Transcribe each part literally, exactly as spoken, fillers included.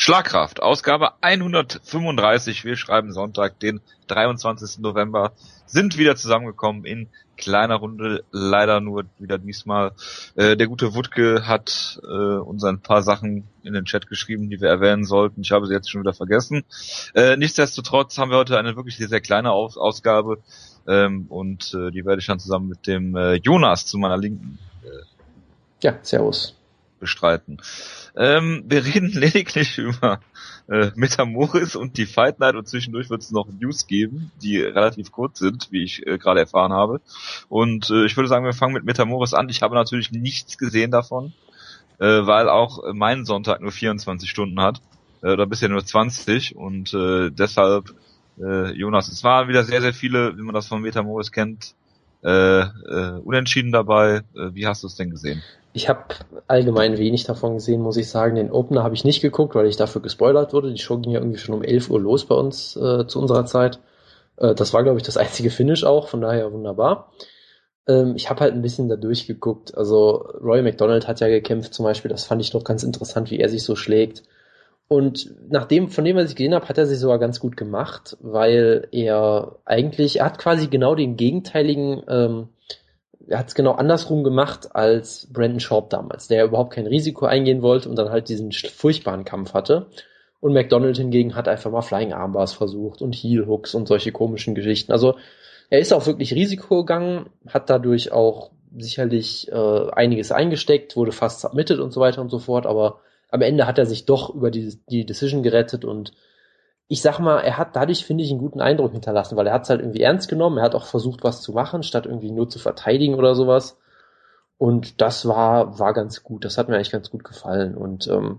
Schlagkraft, Ausgabe hundertfünfunddreißig. Wir schreiben Sonntag, den dreiundzwanzigsten November, sind wieder zusammengekommen in kleiner Runde, leider nur wieder diesmal. Äh, der gute Wutke hat äh, uns ein paar Sachen in den Chat geschrieben, die wir erwähnen sollten. Ich habe sie jetzt schon wieder vergessen. Äh, nichtsdestotrotz haben wir heute eine wirklich sehr, sehr kleine Aus- Ausgabe ähm, und äh, die werde ich dann zusammen mit dem äh, Jonas zu meiner Linken äh, ja, servus. bestreiten. Ähm, wir reden lediglich über äh, Metamoris und die Fight Night und zwischendurch wird es noch News geben, die relativ kurz sind, wie ich äh, gerade erfahren habe. Und äh, ich würde sagen, wir fangen mit Metamoris an. Ich habe natürlich nichts gesehen davon, äh, weil auch mein Sonntag nur vierundzwanzig Stunden hat, äh, oder bisher nur zwanzig und äh, deshalb, äh, Jonas, es waren wieder sehr, sehr viele, wie man das von Metamoris kennt, äh, äh, unentschieden dabei. Äh, wie hast du es denn gesehen? Ich habe allgemein wenig davon gesehen, muss ich sagen. Den Opener habe ich nicht geguckt, weil ich dafür gespoilert wurde. Die Show ging ja irgendwie schon um elf Uhr los bei uns äh, zu unserer Zeit. Äh, das war, glaube ich, das einzige Finish auch, von daher wunderbar. Ähm, ich habe halt ein bisschen da durchgeguckt. Also Roy McDonald hat ja gekämpft zum Beispiel. Das fand ich doch ganz interessant, wie er sich so schlägt. Und nach dem, von dem, was ich gesehen habe, hat er sich sogar ganz gut gemacht, weil er eigentlich, er hat quasi genau den gegenteiligen ähm, er hat es genau andersrum gemacht als Brandon Schaub damals, der überhaupt kein Risiko eingehen wollte und dann halt diesen furchtbaren Kampf hatte. Und McDonald hingegen hat einfach mal Flying Armbars versucht und Heel Hooks und solche komischen Geschichten. Also er ist auch wirklich Risiko gegangen, hat dadurch auch sicherlich äh, einiges eingesteckt, wurde fast submitted und so weiter und so fort, aber am Ende hat er sich doch über die, die Decision gerettet und ich sag mal, er hat dadurch, finde ich, einen guten Eindruck hinterlassen, weil er hat es halt irgendwie ernst genommen, er hat auch versucht, was zu machen, statt irgendwie nur zu verteidigen oder sowas. Und das war, war ganz gut, das hat mir eigentlich ganz gut gefallen. Und ähm,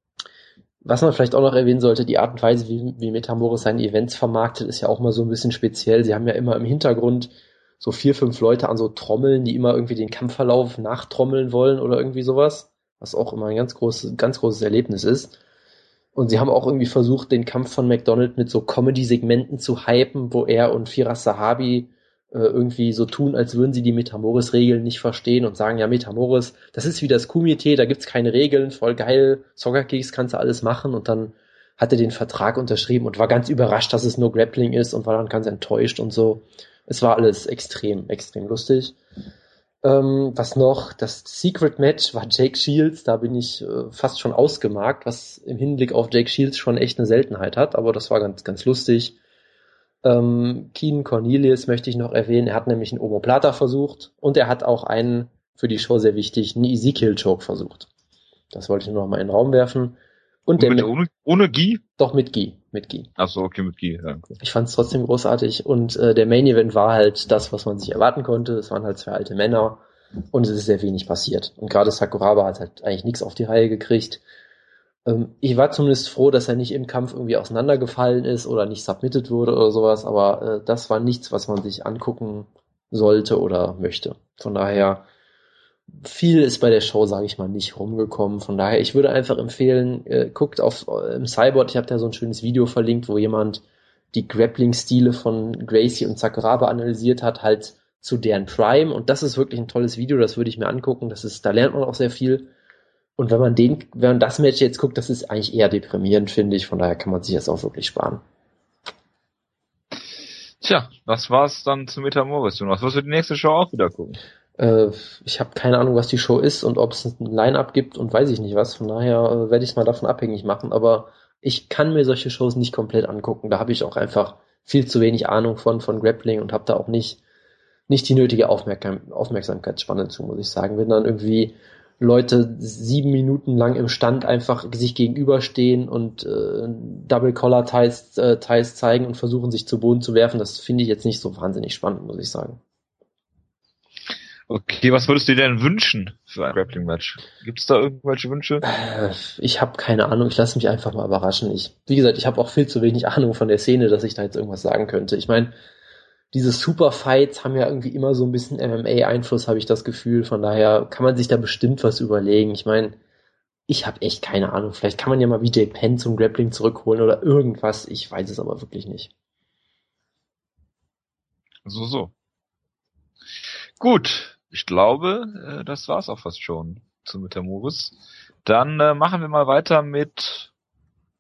was man vielleicht auch noch erwähnen sollte, die Art und Weise, wie, wie Metamoris seine Events vermarktet, ist ja auch mal so ein bisschen speziell. Sie haben ja immer im Hintergrund so vier, fünf Leute an so Trommeln, die immer irgendwie den Kampfverlauf nachtrommeln wollen oder irgendwie sowas, was auch immer ein ganz großes, ganz großes Erlebnis ist. Und sie haben auch irgendwie versucht, den Kampf von McDonald mit so Comedy-Segmenten zu hypen, wo er und Firas Zahabi äh, irgendwie so tun, als würden sie die Metamoris-Regeln nicht verstehen und sagen, ja, Metamoris, das ist wie das Kumite, da gibt's keine Regeln, voll geil, Soccer-Kicks kannst du alles machen. Und dann hat er den Vertrag unterschrieben und war ganz überrascht, dass es nur Grappling ist und war dann ganz enttäuscht und so. Es war alles extrem, extrem lustig. Ähm, was noch? Das Secret Match war Jake Shields. Da bin ich äh, fast schon ausgemarkt, was im Hinblick auf Jake Shields schon echt eine Seltenheit hat. Aber das war ganz, ganz lustig. Ähm, Keenan Cornelius möchte ich noch erwähnen. Er hat nämlich einen Omoplata versucht. Und er hat auch einen, für die Show sehr wichtig, einen Ezekiel Choke versucht. Das wollte ich nur noch mal in den Raum werfen. Und, Und der mit, Ma- ohne, ohne Gi? Doch mit Gi. Mit Gi. Ach so, okay, mit Gi. Ja, okay. Ich fand es trotzdem großartig. Und äh, der Main Event war halt das, was man sich erwarten konnte. Es waren halt zwei alte Männer. Und es ist sehr wenig passiert. Und gerade Sakuraba hat halt eigentlich nichts auf die Reihe gekriegt. Ähm, ich war zumindest froh, dass er nicht im Kampf irgendwie auseinandergefallen ist oder nicht submitted wurde oder sowas, aber äh, das war nichts, was man sich angucken sollte oder möchte. Von daher, viel ist bei der Show, sage ich mal, nicht rumgekommen. Von daher, ich würde einfach empfehlen, äh, guckt auf äh, im Cyborg, ich habe da so ein schönes Video verlinkt, wo jemand die Grappling-Stile von Gracie und Sakuraba analysiert hat, halt zu deren Prime. Und das ist wirklich ein tolles Video, das würde ich mir angucken. Das ist, da lernt man auch sehr viel. Und wenn man den, wenn man das Match jetzt guckt, das ist eigentlich eher deprimierend, finde ich. Von daher kann man sich das auch wirklich sparen. Tja, das war's dann zu Metamoris, Jonas. Wirst du die nächste Show auch wieder gucken? Äh, ich habe keine Ahnung, was die Show ist und ob es ein Line-Up gibt und weiß ich nicht was. Von daher äh, werde ich es mal davon abhängig machen. Aber ich kann mir solche Shows nicht komplett angucken. Da habe ich auch einfach viel zu wenig Ahnung von, von Grappling und habe da auch nicht nicht die nötige Aufmerksam- Aufmerksamkeitsspanne zu, muss ich sagen. Wenn dann irgendwie Leute sieben Minuten lang im Stand einfach sich gegenüberstehen und äh, Double Collar Ties, äh, Ties zeigen und versuchen sich zu Boden zu werfen, das finde ich jetzt nicht so wahnsinnig spannend, muss ich sagen. Okay, was würdest du dir denn wünschen für ein Grappling-Match? Gibt es da irgendwelche Wünsche? Äh, ich habe keine Ahnung, ich lasse mich einfach mal überraschen. Ich, wie gesagt, ich habe auch viel zu wenig Ahnung von der Szene, dass ich da jetzt irgendwas sagen könnte. Ich meine, diese Superfights haben ja irgendwie immer so ein bisschen M M A-Einfluss, habe ich das Gefühl. Von daher kann man sich da bestimmt was überlegen. Ich meine, ich habe echt keine Ahnung. Vielleicht kann man ja mal V J Penn zum Grappling zurückholen oder irgendwas. Ich weiß es aber wirklich nicht. So, so. Gut, ich glaube, äh, das war's auch fast schon zu Metamoris. Dann äh, machen wir mal weiter mit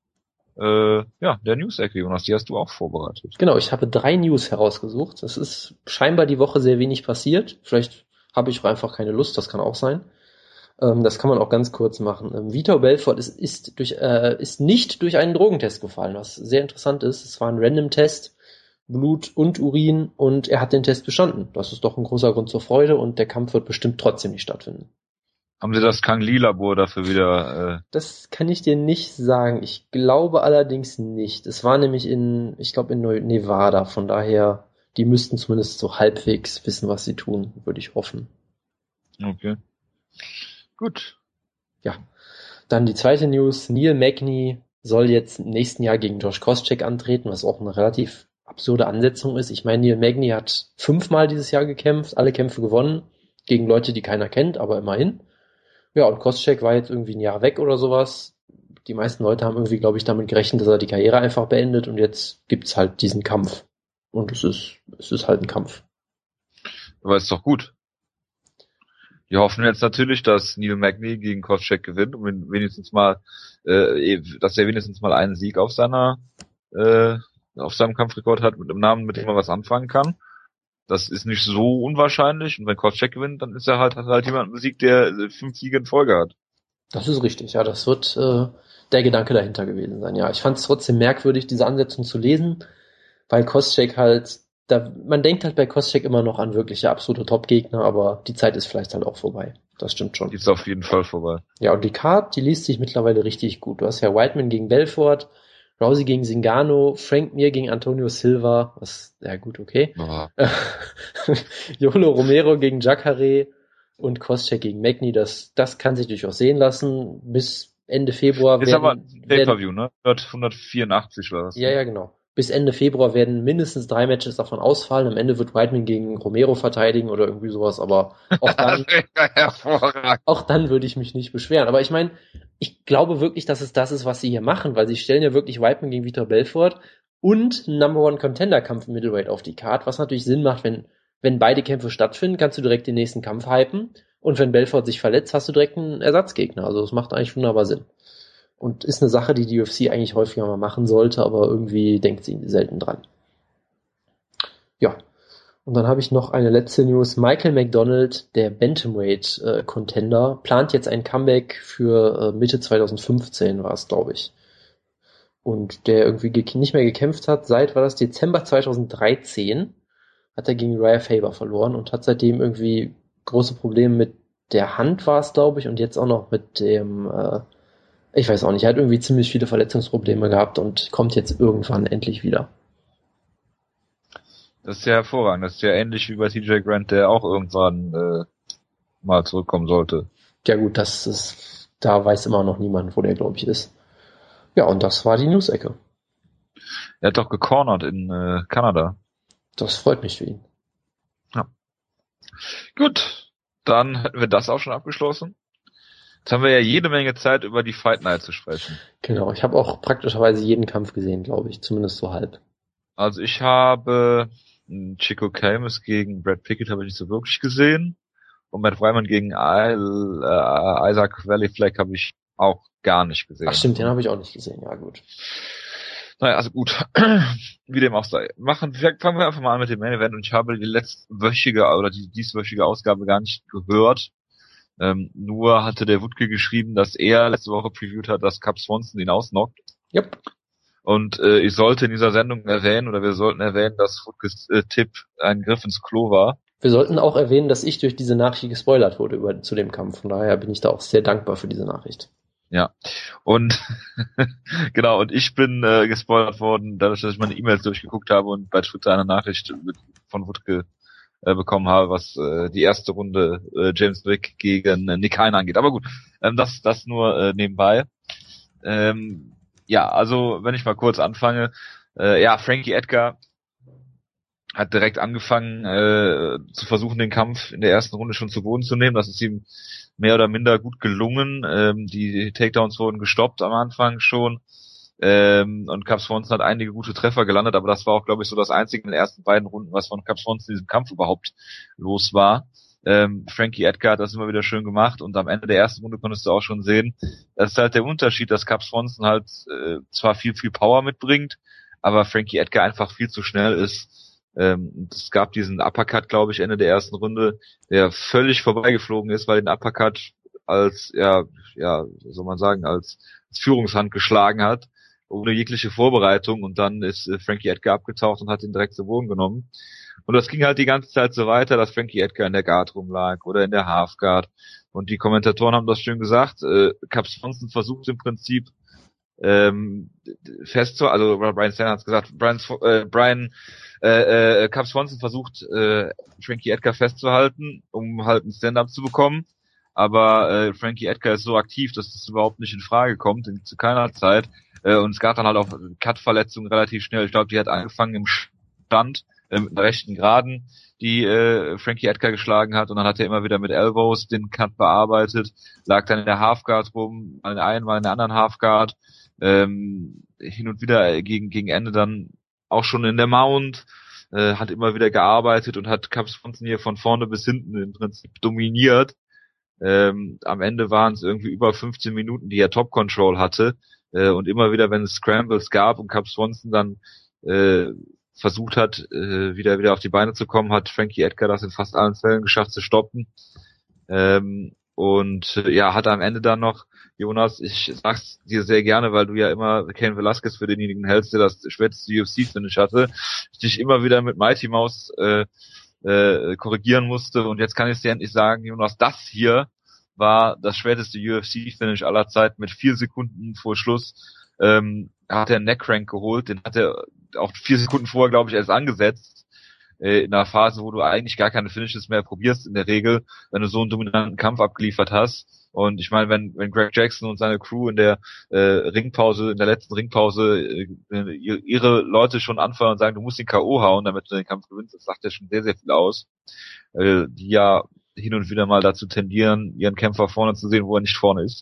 äh, ja, der News-Ecke, Jonas, die hast du auch vorbereitet. Genau, ich habe drei News herausgesucht. Es ist scheinbar die Woche sehr wenig passiert. Vielleicht habe ich auch einfach keine Lust, das kann auch sein. Ähm, das kann man auch ganz kurz machen. Ähm, Vitor Belfort ist, ist, durch, äh, ist nicht durch einen Drogentest gefallen, was sehr interessant ist. Es war ein Random-Test, Blut und Urin, und er hat den Test bestanden. Das ist doch ein großer Grund zur Freude, und der Kampf wird bestimmt trotzdem nicht stattfinden. Haben sie das Kang Lee-Labor dafür wieder... Äh Das kann ich dir nicht sagen. Ich glaube allerdings nicht. Es war nämlich in, ich glaube in Nevada, von daher, die müssten zumindest so halbwegs wissen, was sie tun, würde ich hoffen. Okay. Gut. Ja. Dann die zweite News. Neil Magny soll jetzt im nächsten Jahr gegen Josh Koscheck antreten, was auch eine relativ absurde Ansetzung ist. Ich meine, Neil Magny hat fünfmal dieses Jahr gekämpft, alle Kämpfe gewonnen, gegen Leute, die keiner kennt, aber immerhin. Ja, und Koscheck war jetzt irgendwie ein Jahr weg oder sowas. Die meisten Leute haben irgendwie, glaube ich, damit gerechnet, dass er die Karriere einfach beendet, und jetzt gibt's halt diesen Kampf. Und es ist, es ist halt ein Kampf. Aber ist doch gut. Wir hoffen jetzt natürlich, dass Neil Magny gegen Koscheck gewinnt und wenigstens mal, äh, dass er wenigstens mal einen Sieg auf seiner, äh, auf seinem Kampfrekord hat mit einem Namen, mit dem man was anfangen kann. Das ist nicht so unwahrscheinlich. Und wenn Koscheck gewinnt, dann ist er halt, hat halt jemand besiegt, der fünf Siege in Folge hat. Das ist richtig, ja, das wird äh, der Gedanke dahinter gewesen sein. Ja, ich fand es trotzdem merkwürdig, diese Ansetzung zu lesen, weil Koscheck halt, da, man denkt halt bei Koscheck immer noch an wirkliche absolute Top-Gegner, aber die Zeit ist vielleicht halt auch vorbei. Das stimmt schon. Die ist auf jeden Fall vorbei. Ja, und die Card, die liest sich mittlerweile richtig gut. Du hast ja Whiteman gegen Belfort, Rousey gegen Zingano, Frank Mir gegen Antonio Silva, was, ja gut, okay. Oh. Yolo Romero gegen Jacare und Koscheck gegen Magny, das, das kann sich durchaus sehen lassen. Bis Ende Februar ist werden... aber Pay-Per-View, ne? hundertvierundachtzig war das. Ja, ja, genau. Bis Ende Februar werden mindestens drei Matches davon ausfallen. Am Ende wird Whiteman gegen Romero verteidigen oder irgendwie sowas, aber auch dann, hervorragend. auch dann würde ich mich nicht beschweren. Aber ich meine, ich glaube wirklich, dass es das ist, was sie hier machen, weil sie stellen ja wirklich Whiteman gegen Vitor Belfort und einen Number One Contender Kampf im Middleweight auf die Card, was natürlich Sinn macht, wenn, wenn beide Kämpfe stattfinden, kannst du direkt den nächsten Kampf hypen, und wenn Belfort sich verletzt, hast du direkt einen Ersatzgegner. Also es macht eigentlich wunderbar Sinn. Und ist eine Sache, die die U F C eigentlich häufiger mal machen sollte, aber irgendwie denkt sie selten dran. Ja. Und dann habe ich noch eine letzte News. Michael McDonald, der Bantamweight-Contender, äh, plant jetzt ein Comeback für äh, Mitte zwanzig fünfzehn, war es, glaube ich. Und der irgendwie ge- nicht mehr gekämpft hat, seit, war das Dezember zwanzig dreizehn, hat er gegen Uriah Faber verloren und hat seitdem irgendwie große Probleme mit der Hand, war es, glaube ich, und jetzt auch noch mit dem... Äh, Ich weiß auch nicht, er hat irgendwie ziemlich viele Verletzungsprobleme gehabt und kommt jetzt irgendwann endlich wieder. Das ist ja hervorragend. Das ist ja ähnlich wie bei T J Grant, der auch irgendwann äh, mal zurückkommen sollte. Ja gut, das ist, da weiß immer noch niemand, wo der, glaube ich, ist. Ja, und das war die News-Ecke. Er hat doch gecornert in äh, Kanada. Das freut mich für ihn. Ja. Gut, dann hätten wir das auch schon abgeschlossen. Jetzt haben wir ja jede Menge Zeit, über die Fight Night zu sprechen. Genau, ich habe auch praktischerweise jeden Kampf gesehen, glaube ich, zumindest so halb. Also ich habe Chico Camus gegen Brad Pickett habe ich nicht so wirklich gesehen. Und Matt Wyman gegen Isle, äh, Isaac Valley Flag habe ich auch gar nicht gesehen. Ach stimmt, den habe ich auch nicht gesehen, ja gut. Naja, also gut, wie dem auch sei. Machen, fangen wir einfach mal an mit dem Main Event, und ich habe die letztwöchige oder die dieswöchige Ausgabe gar nicht gehört. Ähm, nur hatte der Wutke geschrieben, dass er letzte Woche previewt hat, dass Cub Swanson ihn ausnockt. Yep. Und äh, ich sollte in dieser Sendung erwähnen, oder wir sollten erwähnen, dass Wutkes äh, Tipp ein Griff ins Klo war. Wir sollten auch erwähnen, dass ich durch diese Nachricht gespoilert wurde über, zu dem Kampf. Von daher bin ich da auch sehr dankbar für diese Nachricht. Ja, und genau, und ich bin äh, gespoilert worden, dadurch, dass ich meine E-Mails durchgeguckt habe und bei Twitter eine Nachricht mit, von Wutke äh, bekommen habe, was äh, die erste Runde äh, James Wick gegen äh, Nick Heine angeht. Aber gut, ähm, das das nur äh, nebenbei. Ähm, ja, also wenn ich mal kurz anfange, äh, ja, Frankie Edgar hat direkt angefangen äh, zu versuchen, den Kampf in der ersten Runde schon zu Boden zu nehmen. Das ist ihm mehr oder minder gut gelungen. Ähm, die Takedowns wurden gestoppt am Anfang schon. Ähm, und Cub Swanson hat einige gute Treffer gelandet, aber das war auch, glaube ich, so das Einzige in den ersten beiden Runden, was von Cub Swanson in diesem Kampf überhaupt los war. Ähm, Frankie Edgar hat das immer wieder schön gemacht und am Ende der ersten Runde konntest du auch schon sehen, das ist halt der Unterschied, dass Cub Swanson halt äh, zwar viel, viel Power mitbringt, aber Frankie Edgar einfach viel zu schnell ist. Ähm, es gab diesen Uppercut, glaube ich, Ende der ersten Runde, der völlig vorbeigeflogen ist, weil den Uppercut als, ja, ja, wie soll man sagen, als, als Führungshand geschlagen hat, ohne jegliche Vorbereitung, und dann ist äh, Frankie Edgar abgetaucht und hat ihn direkt zu Boden genommen. Und das ging halt die ganze Zeit so weiter, dass Frankie Edgar in der Guard rumlag oder in der Half Guard. Und die Kommentatoren haben das schön gesagt. Äh, Cub Swanson versucht im Prinzip ähm, festzuhalten, also Brian Stanley hat es gesagt, Brian, äh, Brian äh, äh, Cub Swanson versucht äh, Frankie Edgar festzuhalten, um halt ein Stand-up zu bekommen. Aber äh, Frankie Edgar ist so aktiv, dass das überhaupt nicht in Frage kommt, in, zu keiner Zeit. Äh, und es gab dann halt auch Cut-Verletzungen relativ schnell. Ich glaube, die hat angefangen im Stand, äh, mit einer rechten Geraden, die äh, Frankie Edgar geschlagen hat. Und dann hat er immer wieder mit Elbows den Cut bearbeitet, lag dann in der Halfguard rum, mal in der einen, mal in der anderen Halfguard. Ähm, hin und wieder gegen, gegen Ende dann auch schon in der Mount, äh, hat immer wieder gearbeitet und hat Cub Swanson hier von vorne bis hinten im Prinzip dominiert. Ähm, am Ende waren es irgendwie über fünfzehn Minuten, die er Top Control hatte, äh, und immer wieder, wenn es Scrambles gab und Cub Swanson dann äh, versucht hat, äh, wieder wieder auf die Beine zu kommen, hat Frankie Edgar das in fast allen Fällen geschafft zu stoppen. Ähm, und äh, ja, hat am Ende dann noch, Jonas, ich sag's dir sehr gerne, weil du ja immer Cain Velasquez für denjenigen hältst, der das schwerste U F C-Finish hatte, ich dich immer wieder mit Mighty Mouse äh, äh, korrigieren musste, und jetzt kann ich dir endlich sagen, Jonas, das hier war das schwerste U F C-Finish aller Zeiten. Mit vier Sekunden vor Schluss ähm, hat er einen Neckcrank geholt, den hat er auch vier Sekunden vorher, glaube ich, erst angesetzt, äh, in einer Phase, wo du eigentlich gar keine Finishes mehr probierst in der Regel, wenn du so einen dominanten Kampf abgeliefert hast. Und ich meine, wenn wenn Greg Jackson und seine Crew in der äh, Ringpause, in der letzten Ringpause äh, ihre Leute schon anfeuern und sagen, du musst den K O hauen, damit du den Kampf gewinnst, das sagt ja schon sehr, sehr viel aus. Äh, die ja hin und wieder mal dazu tendieren, ihren Kämpfer vorne zu sehen, wo er nicht vorne ist.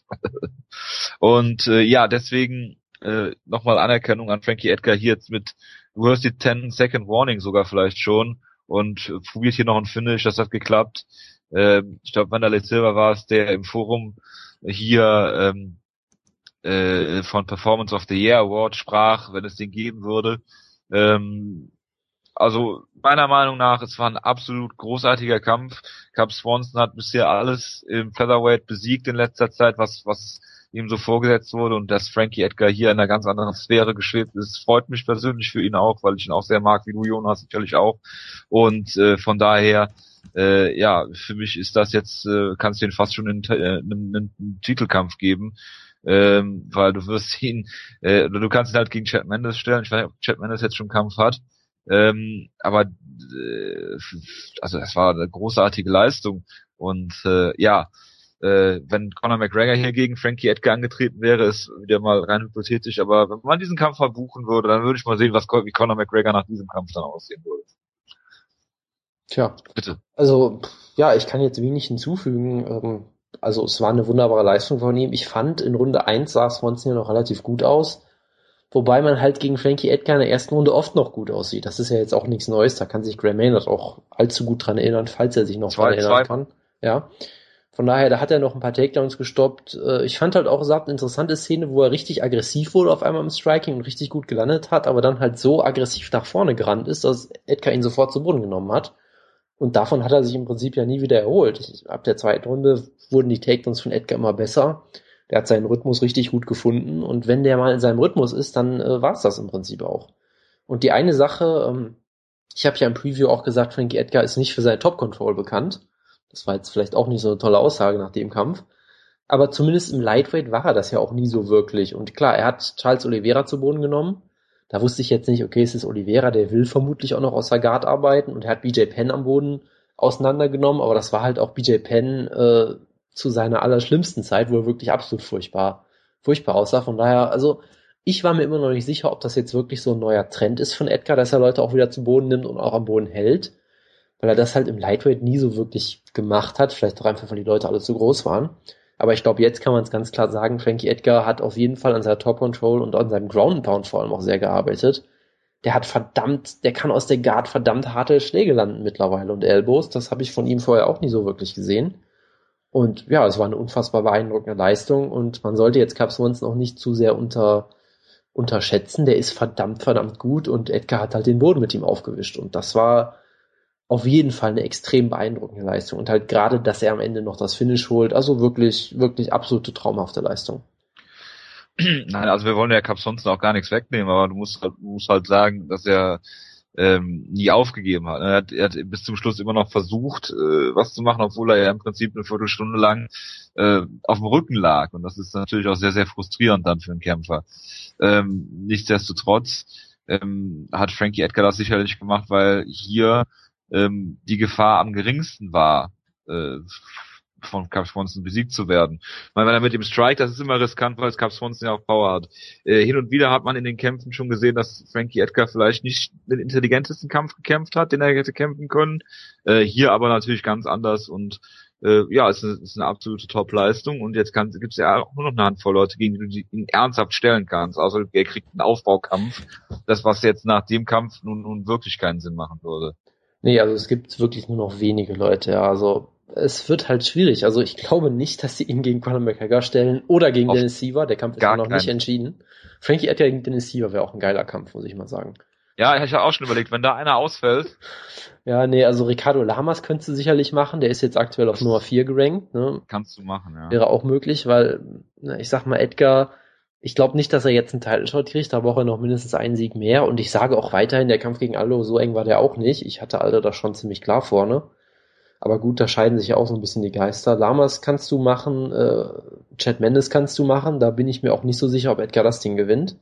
Und äh, ja, deswegen äh, nochmal Anerkennung an Frankie Edgar hier jetzt mit, du hörst die ten Second Warning sogar vielleicht schon und äh, probiert hier noch ein Finish, das hat geklappt. Äh, ich glaube, Wanderlei Silva war es, der im Forum hier ähm, äh, von Performance of the Year Award sprach, wenn es den geben würde. Ähm, Also meiner Meinung nach, es war ein absolut großartiger Kampf. Cub Swanson hat bisher alles im Featherweight besiegt in letzter Zeit, was was ihm so vorgesetzt wurde, und dass Frankie Edgar hier in einer ganz anderen Sphäre geschwebt ist, freut mich persönlich für ihn auch, weil ich ihn auch sehr mag, wie du, Jonas, sicherlich auch. Und äh, von daher, äh, ja, für mich ist das jetzt, äh, kannst du ihn fast schon in, äh, einen, einen Titelkampf geben. Ähm, weil du wirst ihn, äh, oder du kannst ihn halt gegen Chad Mendes stellen. Ich weiß nicht, ob Chad Mendes jetzt schon einen Kampf hat. Ähm, aber äh, also das war eine großartige Leistung, und äh, ja, äh, wenn Conor McGregor hier gegen Frankie Edgar angetreten wäre, ist wieder mal rein hypothetisch, aber wenn man diesen Kampf verbuchen würde, dann würde ich mal sehen, was wie Conor McGregor nach diesem Kampf dann aussehen würde. Tja, bitte. Also ja, ich kann jetzt wenig hinzufügen. Ähm, also es war eine wunderbare Leistung von ihm. Ich fand, in Runde eins sah Swanson ja noch relativ gut aus. Wobei man halt gegen Frankie Edgar in der ersten Runde oft noch gut aussieht. Das ist ja jetzt auch nichts Neues. Da kann sich Graham Maynard auch allzu gut dran erinnern, falls er sich noch Zwei, dran erinnern zwei. kann. Ja. Von daher, da hat er noch ein paar Takedowns gestoppt. Ich fand halt auch, es gab eine interessante Szene, wo er richtig aggressiv wurde auf einmal im Striking und richtig gut gelandet hat, aber dann halt so aggressiv nach vorne gerannt ist, dass Edgar ihn sofort zu Boden genommen hat. Und davon hat er sich im Prinzip ja nie wieder erholt. Ab der zweiten Runde wurden die Takedowns von Edgar immer besser. Der hat seinen Rhythmus richtig gut gefunden, und wenn der mal in seinem Rhythmus ist, dann äh, war's das im Prinzip auch. Und die eine Sache, ähm, ich habe ja im Preview auch gesagt, Frankie Edgar ist nicht für seine Top-Control bekannt. Das war jetzt vielleicht auch nicht so eine tolle Aussage nach dem Kampf. Aber zumindest im Lightweight war er das ja auch nie so wirklich. Und klar, er hat Charles Oliveira zu Boden genommen. Da wusste ich jetzt nicht, okay, es ist Oliveira, der will vermutlich auch noch aus der Guard arbeiten, und er hat B J Penn am Boden auseinandergenommen, aber das war halt auch B J Penn äh, zu seiner allerschlimmsten Zeit, wo er wirklich absolut furchtbar, furchtbar aussah. Von daher, also ich war mir immer noch nicht sicher, ob das jetzt wirklich so ein neuer Trend ist von Edgar, dass er Leute auch wieder zu Boden nimmt und auch am Boden hält, weil er das halt im Lightweight nie so wirklich gemacht hat, vielleicht auch einfach, weil die Leute alle zu groß waren. Aber ich glaube, jetzt kann man es ganz klar sagen, Frankie Edgar hat auf jeden Fall an seiner Top-Control und an seinem Ground and Pound vor allem auch sehr gearbeitet. der hat verdammt, der kann aus der Guard verdammt harte Schläge landen mittlerweile und Elbows. Das habe ich von ihm vorher auch nie so wirklich gesehen. Und ja, es war eine unfassbar beeindruckende Leistung und man sollte jetzt Cub Swanson auch nicht zu sehr unter, unterschätzen. Der ist verdammt, verdammt gut und Edgar hat halt den Boden mit ihm aufgewischt und das war auf jeden Fall eine extrem beeindruckende Leistung und halt gerade, dass er am Ende noch das Finish holt, also wirklich, wirklich absolute traumhafte Leistung. Nein, also wir wollen ja Cub Swanson auch gar nichts wegnehmen, aber du musst, du musst halt sagen, dass er ähm, nie aufgegeben hat. Er, hat. er hat bis zum Schluss immer noch versucht, äh, was zu machen, obwohl er ja im Prinzip eine Viertelstunde lang äh, auf dem Rücken lag. Und das ist natürlich auch sehr, sehr frustrierend dann für einen Kämpfer. Ähm, nichtsdestotrotz ähm, hat Frankie Edgar das sicherlich gemacht, weil hier ähm, die Gefahr am geringsten war, äh, von Cub Swanson besiegt zu werden. Weil wenn er mit dem Strike, das ist immer riskant, weil Cub Swanson ja auch Power hat. Äh, hin und wieder hat man in den Kämpfen schon gesehen, dass Frankie Edgar vielleicht nicht den intelligentesten Kampf gekämpft hat, den er hätte kämpfen können. Äh, hier aber natürlich ganz anders und äh, ja, es ist, ist eine absolute Top-Leistung und jetzt gibt es ja auch nur noch eine Handvoll Leute, gegen die du ihn ernsthaft stellen kannst, außer er kriegt einen Aufbaukampf. Das, was jetzt nach dem Kampf nun, nun wirklich keinen Sinn machen würde. Nee, also es gibt wirklich nur noch wenige Leute, ja, also es wird halt schwierig. Also ich glaube nicht, dass sie ihn gegen Conor McGregor stellen oder gegen Auf Dennis Siver. Der Kampf ist ja noch nicht entschieden. Frankie Edgar gegen Dennis Siver wäre auch ein geiler Kampf, muss ich mal sagen. Ja, ich habe auch schon überlegt, wenn da einer ausfällt. Ja, nee, also Ricardo Lamas könntest du sicherlich machen. Der ist jetzt aktuell auf Nummer vier gerankt. Ne? Kannst du machen, ja. Wäre auch möglich, weil, na, ich sag mal, Edgar, ich glaube nicht, dass er jetzt einen Title-Shot kriegt, da braucht er noch mindestens einen Sieg mehr. Und ich sage auch weiterhin, der Kampf gegen Aldo, so eng war der auch nicht. Ich hatte Aldo da schon ziemlich klar vorne. Aber gut, da scheiden sich ja auch so ein bisschen die Geister. Lamas kannst du machen, äh, Chad Mendes kannst du machen, da bin ich mir auch nicht so sicher, ob Edgar das Ding gewinnt.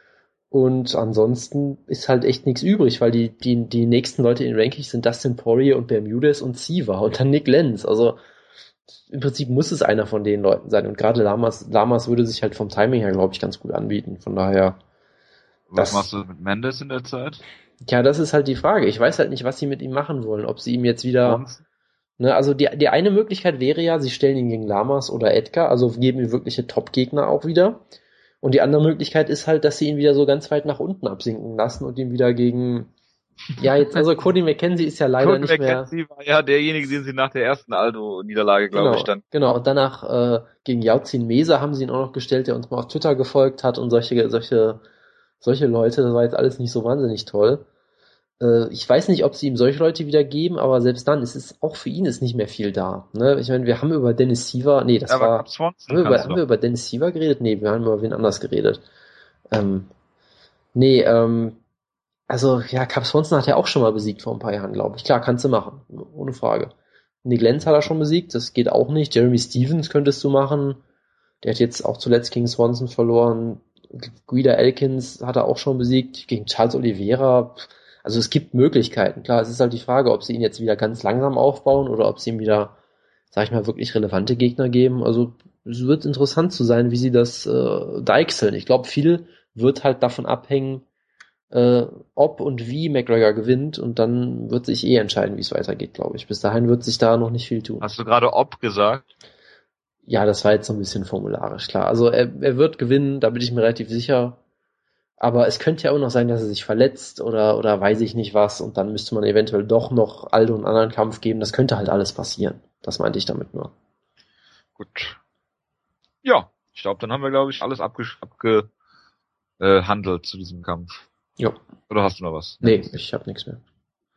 Und ansonsten ist halt echt nichts übrig, weil die, die, die nächsten Leute in den Rankings sind Dustin Poirier und Bermudez und Siva und dann Nick Lenz. Also im Prinzip muss es einer von den Leuten sein. Und gerade Lamas, Lamas würde sich halt vom Timing her, glaube ich, ganz gut anbieten. Von daher. Was das, machst du mit Mendes in der Zeit? Ja, das ist halt die Frage. Ich weiß halt nicht, was sie mit ihm machen wollen. Ob sie ihm jetzt wieder... Ne, also die, die eine Möglichkeit wäre ja, sie stellen ihn gegen Lamas oder Edgar, also geben ihm wirkliche Top-Gegner auch wieder. Und die andere Möglichkeit ist halt, dass sie ihn wieder so ganz weit nach unten absinken lassen und ihn wieder gegen, ja jetzt, also Cody McKenzie ist ja leider Cody nicht mehr. Cody McKenzie war ja derjenige, den sie nach der ersten Aldo-Niederlage, glaube genau, ich, dann. Genau, und danach äh, gegen Yaozin Mesa haben sie ihn auch noch gestellt, der uns mal auf Twitter gefolgt hat und solche, solche, solche Leute, das war jetzt alles nicht so wahnsinnig toll. Ich weiß nicht, ob sie ihm solche Leute wieder geben, aber selbst dann ist es auch für ihn ist nicht mehr viel da. Ne? Ich meine, wir haben über Dennis Siver, nee, das ja, war, haben, wir über, haben wir über Dennis Siver geredet? Nee, wir haben über wen anders geredet. Ähm, nee, ähm, also ja, Cub Swanson hat er auch schon mal besiegt vor ein paar Jahren, glaube ich. Klar, kannst du machen, ohne Frage. Nick Lenz hat er schon besiegt, das geht auch nicht. Jeremy Stevens könntest du machen, der hat jetzt auch zuletzt gegen Swanson verloren. Guida Elkins hat er auch schon besiegt, gegen Charles Oliveira. Also es gibt Möglichkeiten. Klar, es ist halt die Frage, ob sie ihn jetzt wieder ganz langsam aufbauen oder ob sie ihm wieder, sag ich mal, wirklich relevante Gegner geben. Also es wird interessant zu sein, wie sie das äh, deichseln. Ich glaube, viel wird halt davon abhängen, äh, ob und wie McGregor gewinnt und dann wird sich eh entscheiden, wie es weitergeht, glaube ich. Bis dahin wird sich da noch nicht viel tun. Hast du gerade ob gesagt? Ja, das war jetzt so ein bisschen formularisch, klar. Also er, er wird gewinnen, da bin ich mir relativ sicher. Aber es könnte ja auch noch sein, dass er sich verletzt oder oder weiß ich nicht was und dann müsste man eventuell doch noch Aldo einen anderen Kampf geben. Das könnte halt alles passieren. Das meinte ich damit nur. Gut. Ja, ich glaube, dann haben wir, glaube ich, alles abgehandelt abge, äh, zu diesem Kampf. Ja. Oder hast du noch was? Nee, ich habe nichts mehr.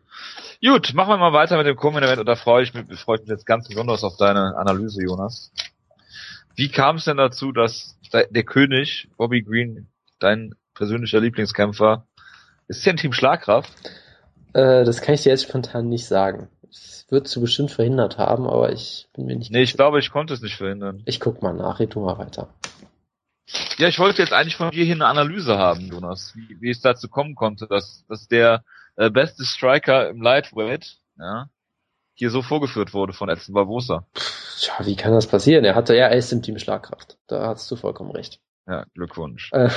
Gut, machen wir mal weiter mit dem Co-Main-Event und da freue ich mich, freue ich mich jetzt ganz besonders auf deine Analyse, Jonas. Wie kam es denn dazu, dass der König, Bobby Green, dein persönlicher Lieblingskämpfer, ist hier ein Team Schlagkraft? Äh, das kann ich dir jetzt spontan nicht sagen. Es wird du bestimmt verhindert haben, aber ich bin mir nicht... Nee, ich glaube, ich konnte es nicht verhindern. Ich guck mal nach, red du mal weiter. Ja, ich wollte jetzt eigentlich von dir hier eine Analyse haben, Jonas, wie, wie es dazu kommen konnte, dass, dass der äh, beste Striker im Lightweight, ja, hier so vorgeführt wurde von Edson Barbosa. Tja, wie kann das passieren? Er hatte ja, er ist im Team Schlagkraft. Da hast du vollkommen recht. Ja, Glückwunsch. Äh,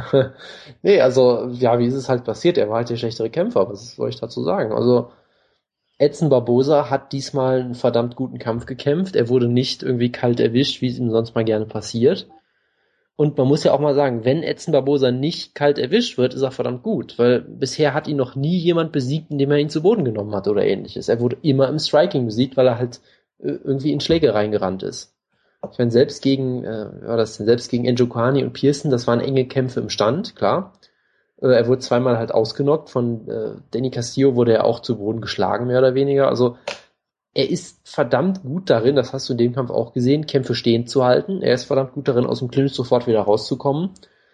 nee, also, ja, wie ist es halt passiert? Er war halt der schlechtere Kämpfer. Was soll ich dazu sagen? Also, Edson Barbosa hat diesmal einen verdammt guten Kampf gekämpft. Er wurde nicht irgendwie kalt erwischt, wie es ihm sonst mal gerne passiert. Und man muss ja auch mal sagen, wenn Edson Barboza nicht kalt erwischt wird, ist er verdammt gut, weil bisher hat ihn noch nie jemand besiegt, indem er ihn zu Boden genommen hat oder ähnliches. Er wurde immer im Striking besiegt, weil er halt äh, irgendwie in Schläge reingerannt ist. Ich meine, selbst gegen, äh, war das denn, selbst gegen Njokuani und Pearson, das waren enge Kämpfe im Stand, klar. Äh, er wurde zweimal halt ausgenockt, von äh, Danny Castillo wurde er auch zu Boden geschlagen, mehr oder weniger. Also er ist verdammt gut darin, das hast du in dem Kampf auch gesehen, Kämpfe stehend zu halten. Er ist verdammt gut darin, aus dem Clinch sofort wieder rauszukommen.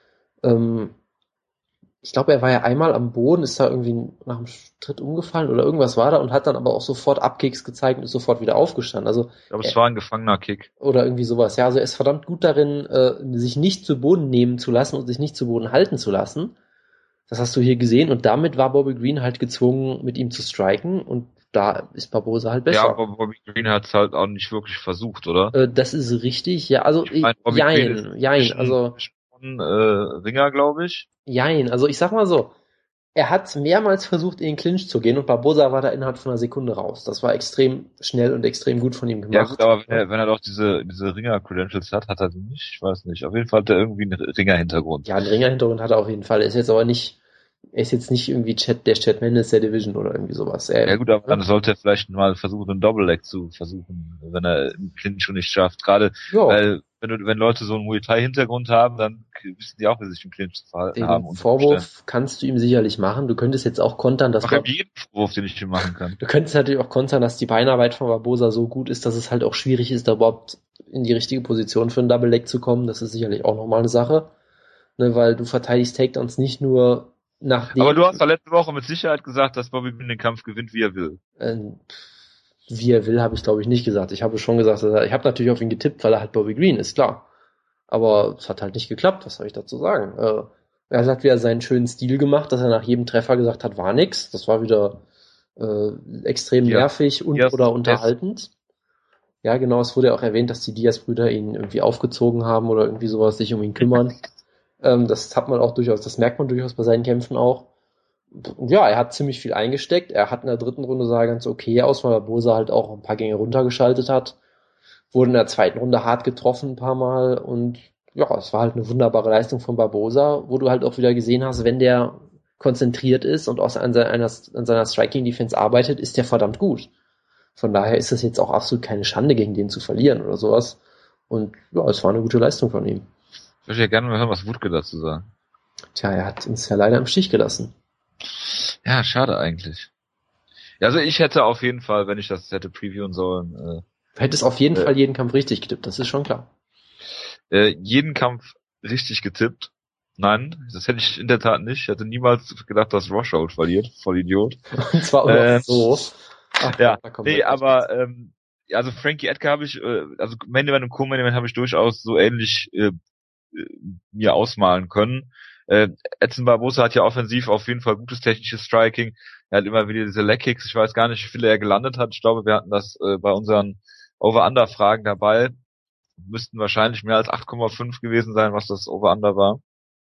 Ähm, ich glaube, er war ja einmal am Boden, ist da irgendwie nach dem Tritt umgefallen oder irgendwas war da und hat dann aber auch sofort Abkicks gezeigt und ist sofort wieder aufgestanden. Also, Ich glaube, es war ein gefangener Kick. Oder irgendwie sowas. Ja, also er ist verdammt gut darin, äh, sich nicht zu Boden nehmen zu lassen und sich nicht zu Boden halten zu lassen. Das hast du hier gesehen und damit war Bobby Green halt gezwungen, mit ihm zu striken und da ist Barboza halt besser. Ja, aber Bobby Green hat es halt auch nicht wirklich versucht, oder? Äh, das ist richtig, ja, also Ich mein, Bobby jein, Green ist jein, also schon äh, Ringer, glaube ich. jein, also ich sag mal so, er hat mehrmals versucht, in den Clinch zu gehen und Barboza war da innerhalb von einer Sekunde raus. Das war extrem schnell und extrem gut von ihm gemacht. Ja gut, aber wenn er, wenn er doch diese diese Ringer-Credentials hat, hat er sie nicht, ich weiß nicht. Auf jeden Fall hat er irgendwie einen Ringer-Hintergrund. Ja, einen Ringer-Hintergrund hat er auf jeden Fall. Er ist jetzt aber nicht Er ist jetzt nicht irgendwie Chat, der Chad Mendes der Division oder irgendwie sowas. Er, Ja gut, aber dann sollte er vielleicht mal versuchen, einen Double-Leg zu versuchen, wenn er im Clinch schon nicht schafft. Gerade, ja, weil, wenn du, wenn Leute so einen Muay Thai-Hintergrund haben, dann wissen die auch, wie sie sich im Clinch zu verhalten den haben. Und Vorwurf kannst du ihm sicherlich machen. Du könntest jetzt auch kontern, dass Mach ihm jeden Vorwurf, den ich ihm machen kann. du könntest natürlich auch kontern, dass die Beinarbeit von Barboza so gut ist, dass es halt auch schwierig ist, da überhaupt in die richtige Position für einen Double Leg zu kommen. Das ist sicherlich auch nochmal eine Sache, ne, weil du verteidigst Takedowns nicht nur nachdem. Aber du hast ja letzte Woche mit Sicherheit gesagt, dass Bobby Green den Kampf gewinnt, wie er will. Äh, wie er will, habe ich glaube ich nicht gesagt. Ich habe schon gesagt, dass er, ich habe natürlich auf ihn getippt, weil er halt Bobby Green ist, klar. Aber es hat halt nicht geklappt, was soll ich dazu sagen? Äh, er hat wieder seinen schönen Stil gemacht, dass er nach jedem Treffer gesagt hat, war nix. Das war wieder äh, extrem Ja. nervig und Diaz oder unterhaltend. Ja, genau, es wurde ja auch erwähnt, dass die Diaz-Brüder ihn irgendwie aufgezogen haben oder irgendwie sowas, sich um ihn kümmern. ähm, das hat man auch durchaus, das merkt man durchaus bei seinen Kämpfen auch. Und ja, er hat ziemlich viel eingesteckt. Er hat in der dritten Runde sah ganz okay aus, weil Barboza halt auch ein paar Gänge runtergeschaltet hat. Wurde in der zweiten Runde hart getroffen ein paar Mal und ja, es war halt eine wunderbare Leistung von Barboza, wo du halt auch wieder gesehen hast, wenn der konzentriert ist und auch an seiner, an seiner Striking-Defense arbeitet, ist der verdammt gut. Von daher ist es jetzt auch absolut keine Schande, gegen den zu verlieren oder sowas. Und ja, es war eine gute Leistung von ihm. Ich würde ja gerne mal hören, was Wutke dazu sagt. Tja, er hat uns ja leider im Stich gelassen. Ja, schade eigentlich. Ja, also ich hätte auf jeden Fall, wenn ich das hätte previewen sollen, äh, Du hättest auf jeden äh, Fall jeden Kampf richtig getippt, das ist schon klar. äh, jeden Kampf richtig getippt. Nein, das hätte ich in der Tat nicht. Ich hätte niemals gedacht, dass Roshold verliert. Voll Idiot. Und zwar auch noch Ähm, so. Ach, ja, da kommt nee, wirklich aber ähm, also Frankie Edgar habe ich, äh, also Main Event und Co-Main Event habe ich durchaus so ähnlich äh, äh, mir ausmalen können. Äh, Edson Barboza hat ja offensiv auf jeden Fall gutes technisches Striking. Er hat immer wieder diese Leg-Kicks. Ich weiß gar nicht, wie viele er gelandet hat. Ich glaube, wir hatten das äh, bei unseren Over-Under-Fragen dabei. Müssten wahrscheinlich mehr als acht Komma fünf gewesen sein, was das Over-Under war.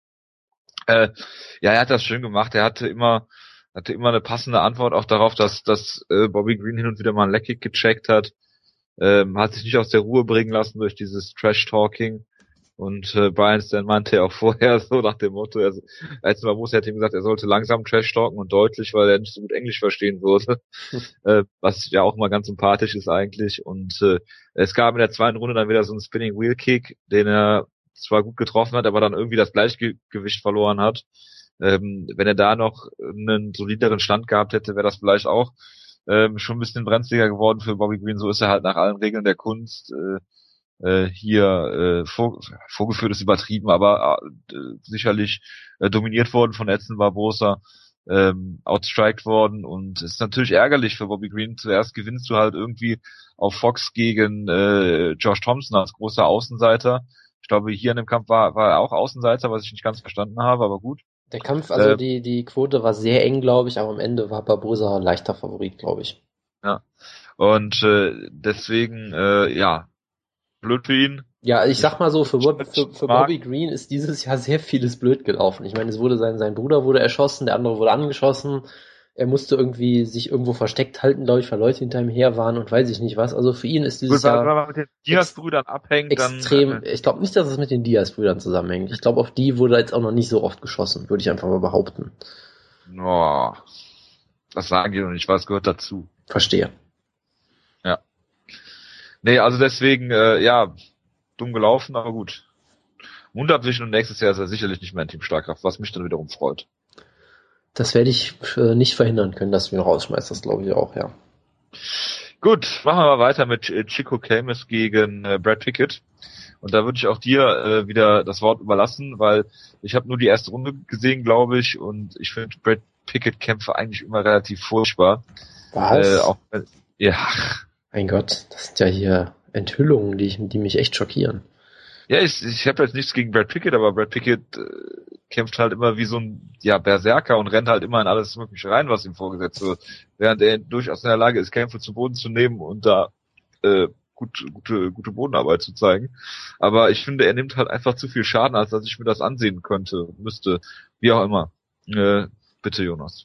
Äh, ja, er hat das schön gemacht. Er hatte immer hatte immer eine passende Antwort auch darauf, dass dass äh, Bobby Green hin und wieder mal einen Leg-Kick gecheckt hat. Ähm, hat sich nicht aus der Ruhe bringen lassen durch dieses Trash-Talking. Und äh, Brian Stan meinte ja auch vorher so nach dem Motto, also, als Barboza hat ihm gesagt, er sollte langsam Trash-Talken und deutlich, weil er nicht so gut Englisch verstehen würde. Hm. äh, was ja auch mal ganz sympathisch ist eigentlich. Und äh, es gab in der zweiten Runde dann wieder so einen Spinning Wheel Kick, den er zwar gut getroffen hat, aber dann irgendwie das Gleichgewicht verloren hat. Ähm, wenn er da noch einen solideren Stand gehabt hätte, wäre das vielleicht auch ähm, schon ein bisschen brenzliger geworden für Bobby Green. So ist er halt nach allen Regeln der Kunst äh, äh, hier äh, vor, vorgeführt ist übertrieben, aber äh, sicherlich äh, dominiert worden von Edson Barboza, ähm, outstriked worden, und es ist natürlich ärgerlich für Bobby Green. Zuerst gewinnst du halt irgendwie auf Fox gegen äh, Josh Thompson als großer Außenseiter. Ich glaube, hier in dem Kampf war, war er auch Außenseiter, was ich nicht ganz verstanden habe, aber gut. Der Kampf, also Äh, die, die Quote war sehr eng, glaube ich, aber am Ende war Barboza ein leichter Favorit, glaube ich. Ja. Und äh, deswegen, äh, ja, blöd für ihn. Ja, ich sag mal so, für, Bob, für, für Mag- Bobby Green ist dieses Jahr sehr vieles blöd gelaufen. Ich meine, es wurde sein, sein Bruder wurde erschossen, der andere wurde angeschossen. er musste irgendwie sich irgendwo versteckt halten, glaube ich, weil Leute hinter ihm her waren und weiß ich nicht was. Also für ihn ist dieses Gut, weil, Jahr weil man mit den Diaz-Brüdern abhängt, extrem, dann... Äh, ich glaube nicht, dass es mit den Diaz-Brüdern zusammenhängt. Ich glaube, auf die wurde jetzt auch noch nicht so oft geschossen, würde ich einfach mal behaupten. oh, das sagen die noch nicht, was gehört dazu. Verstehe. Ja. Nee, also deswegen, äh, ja, dumm gelaufen, aber gut. Wundert mich, und nächstes Jahr ist er sicherlich nicht mehr in Team Starkraft, was mich dann wiederum freut. Das werde ich äh, nicht verhindern können, dass du ihn rausschmeißt, das glaube ich auch, ja. Gut, machen wir mal weiter mit äh, Chico Camus gegen äh, Brad Pickett. Und da würde ich auch dir äh, wieder das Wort überlassen, weil ich habe nur die erste Runde gesehen, glaube ich, und ich finde Brad Pickett-Kämpfe eigentlich immer relativ furchtbar. Was? Äh, auch, äh, ja. Mein Gott, das sind ja hier Enthüllungen, die, die mich echt schockieren. Ja, ich, ich habe jetzt nichts gegen Brad Pickett, aber Brad Pickett äh, kämpft halt immer wie so ein ja Berserker und rennt halt immer in alles Mögliche rein, was ihm vorgesetzt wird, während er durchaus in der Lage ist, Kämpfe zu Boden zu nehmen und da äh, gut, gute, gute Bodenarbeit zu zeigen. Aber ich finde, er nimmt halt einfach zu viel Schaden, als dass ich mir das ansehen könnte, müsste, wie auch immer. Äh, bitte, Jonas.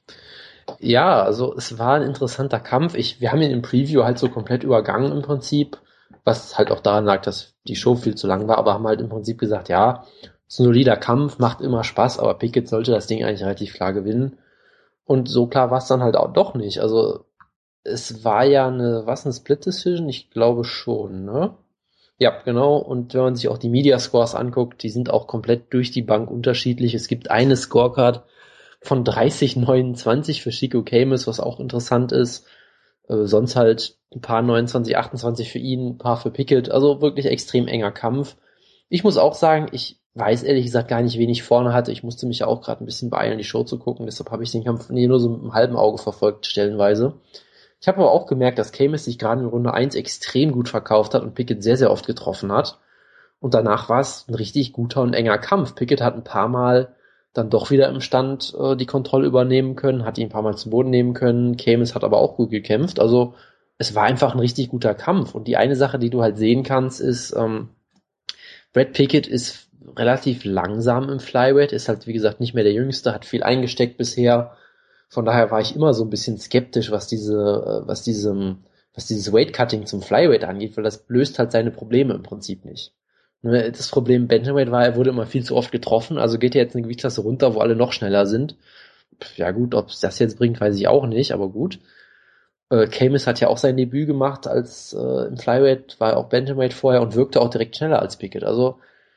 Ja, also es war ein interessanter Kampf. Ich, wir haben ihn im Preview halt so komplett übergangen im Prinzip, was halt auch daran lag, dass die Show viel zu lang war, aber haben halt im Prinzip gesagt, ja, ist ein solider Kampf, macht immer Spaß, aber Pickett sollte das Ding eigentlich relativ klar gewinnen. Und so klar war es dann halt auch doch nicht. Also es war ja eine, was, eine Split Decision? Ich glaube schon, ne? Ja, genau. Und wenn man sich auch die Media Scores anguckt, die sind auch komplett durch die Bank unterschiedlich. Es gibt eine Scorecard von dreißig neunundzwanzig für Chico Camus, was auch interessant ist. Äh, sonst halt ein paar neunundzwanzig achtundzwanzig für ihn, ein paar für Pickett. Also wirklich extrem enger Kampf. Ich muss auch sagen, ich weiß ehrlich gesagt gar nicht, wen ich vorne hatte. Ich musste mich ja auch gerade ein bisschen beeilen, die Show zu gucken. Deshalb habe ich den Kampf nie nur so mit einem halben Auge verfolgt, stellenweise. Ich habe aber auch gemerkt, dass Camus sich gerade in Runde eins extrem gut verkauft hat und Pickett sehr, sehr oft getroffen hat. Und danach war es ein richtig guter und enger Kampf. Pickett hat ein paar Mal dann doch wieder im Stand äh, die Kontrolle übernehmen können, hat ihn ein paar Mal zu Boden nehmen können. Camus hat aber auch gut gekämpft. Also es war einfach ein richtig guter Kampf. Und die eine Sache, die du halt sehen kannst, ist, ähm, Brad Pickett ist relativ langsam im Flyweight, ist halt wie gesagt nicht mehr der Jüngste, hat viel eingesteckt bisher. Von daher war ich immer so ein bisschen skeptisch, was diese, was diesem, was dieses Weightcutting zum Flyweight angeht, weil das löst halt seine Probleme im Prinzip nicht. Das Problem Bantamweight war, er wurde immer viel zu oft getroffen, also geht er jetzt eine Gewichtsklasse runter, wo alle noch schneller sind. Ja gut, ob es das jetzt bringt, weiß ich auch nicht, aber gut. Äh, Camus hat ja auch sein Debüt gemacht als äh, im Flyweight, war auch Bantamweight vorher und wirkte auch direkt schneller als Pickett. Also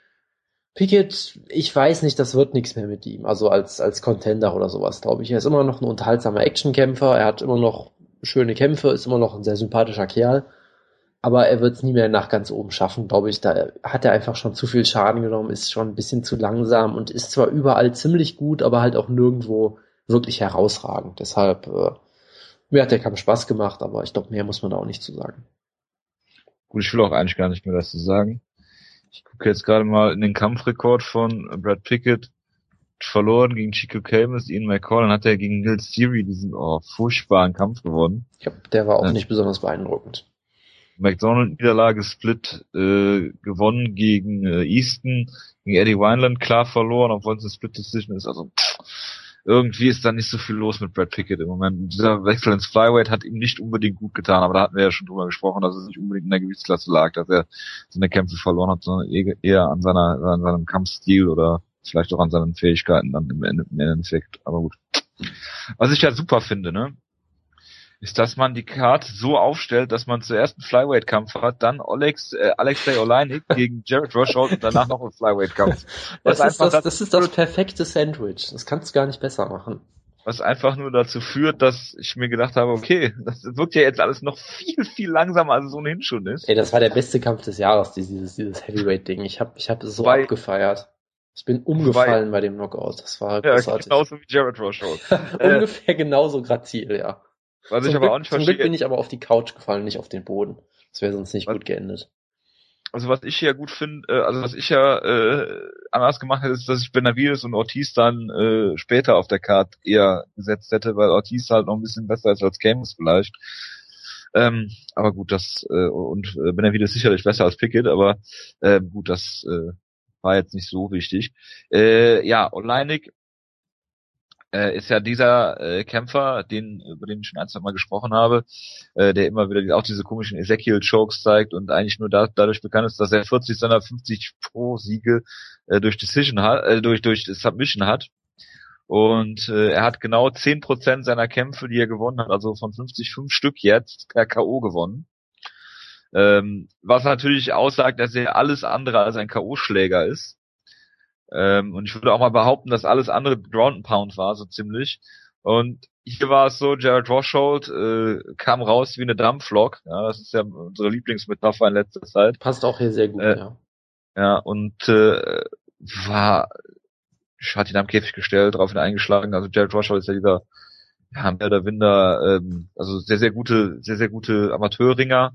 Pickett, ich weiß nicht, das wird nichts mehr mit ihm, also als als Contender oder sowas, glaube ich. Er ist immer noch ein unterhaltsamer Actionkämpfer, er hat immer noch schöne Kämpfe, ist immer noch ein sehr sympathischer Kerl, aber er wird es nie mehr nach ganz oben schaffen, glaube ich. Da hat er einfach schon zu viel Schaden genommen, ist schon ein bisschen zu langsam und ist zwar überall ziemlich gut, aber halt auch nirgendwo wirklich herausragend. Deshalb, äh, mir hat der Kampf Spaß gemacht, aber ich glaube, mehr muss man da auch nicht zu sagen. Gut, ich will auch eigentlich gar nicht mehr das zu sagen. Ich gucke jetzt gerade mal in den Kampfrekord von Brad Pickett. Verloren gegen Chico Camus, Ian McCall, dann hat er gegen Nils Theory diesen oh, furchtbaren Kampf gewonnen. Ja, der war auch ja. nicht besonders beeindruckend. McDonald-Niederlage Split äh, gewonnen gegen äh, Easton, gegen Eddie Wineland klar verloren, obwohl es eine Split-Decision ist. Also pff, irgendwie ist da nicht so viel los mit Brad Pickett im Moment. Dieser Wechsel ins Flyweight hat ihm nicht unbedingt gut getan, aber da hatten wir ja schon drüber gesprochen, dass es nicht unbedingt in der Gewichtsklasse lag, dass er seine Kämpfe verloren hat, sondern eher an seiner an seinem Kampfstil oder vielleicht auch an seinen Fähigkeiten dann im Endeffekt. Aber gut. Was ich ja super finde, ne, ist, dass man die Card so aufstellt, dass man zuerst einen Flyweight-Kampf hat, dann Alex, äh, Alexei Oleinik gegen Jared Rosholt und danach noch einen Flyweight-Kampf. Das ist das, das ist das perfekte Sandwich. Das kannst du gar nicht besser machen. Was einfach nur dazu führt, dass ich mir gedacht habe, okay, das wirkt ja jetzt alles noch viel, viel langsamer, als es ohnehin schon ist. Ey, das war der beste Kampf des Jahres, dieses, dieses Heavyweight-Ding. Ich hab, ich hab es so Weil, abgefeiert. Ich bin umgefallen weil, bei dem Knockout. Das war ja, großartig. Genauso wie Jared Rosholt. Ungefähr genauso grazil, ja. Was zum ich aber Glück, auch nicht zum verstehe. Glück bin ich aber auf die Couch gefallen, nicht auf den Boden. Das wäre sonst nicht was, gut geendet. Also was ich ja gut finde, äh, also was ich ja äh, anders gemacht hätte, ist, dass ich Benavides und Ortiz dann äh, später auf der Card eher gesetzt hätte, weil Ortiz halt noch ein bisschen besser ist als Camus vielleicht. Ähm, aber gut, das äh, und äh, Benavides sicherlich besser als Pickett, aber äh, gut, das äh, war jetzt nicht so wichtig. Äh, ja, Oleinik äh, ist ja dieser äh, Kämpfer, den über den ich schon ein, zwei Mal gesprochen habe, äh, der immer wieder auch diese komischen Ezekiel-Chokes zeigt und eigentlich nur da, dadurch bekannt ist, dass er vierzig seiner fünfzig Pro-Siege äh, durch Decision hat, äh, durch durch Submission hat. Und äh, er hat genau zehn Prozent seiner Kämpfe, die er gewonnen hat, also von fünfzig, fünf Stück jetzt per K O gewonnen. Ähm, was natürlich aussagt, dass er alles andere als ein K O-Schläger ist. Ähm, und ich würde auch mal behaupten, dass alles andere Ground and Pound war, so ziemlich. Und hier war es so, Jared Roshold äh, kam raus wie eine Dampflok. Ja, das ist ja unsere Lieblingsmetapher in letzter Zeit. Passt auch hier sehr gut, äh, ja. Ja, und äh, war, hat ihn am Käfig gestellt, drauf ihn eingeschlagen. Also Jared Roshold ist ja dieser, ja, mehr oder minder, ähm, also sehr, sehr gute, sehr, sehr gute Amateurringer,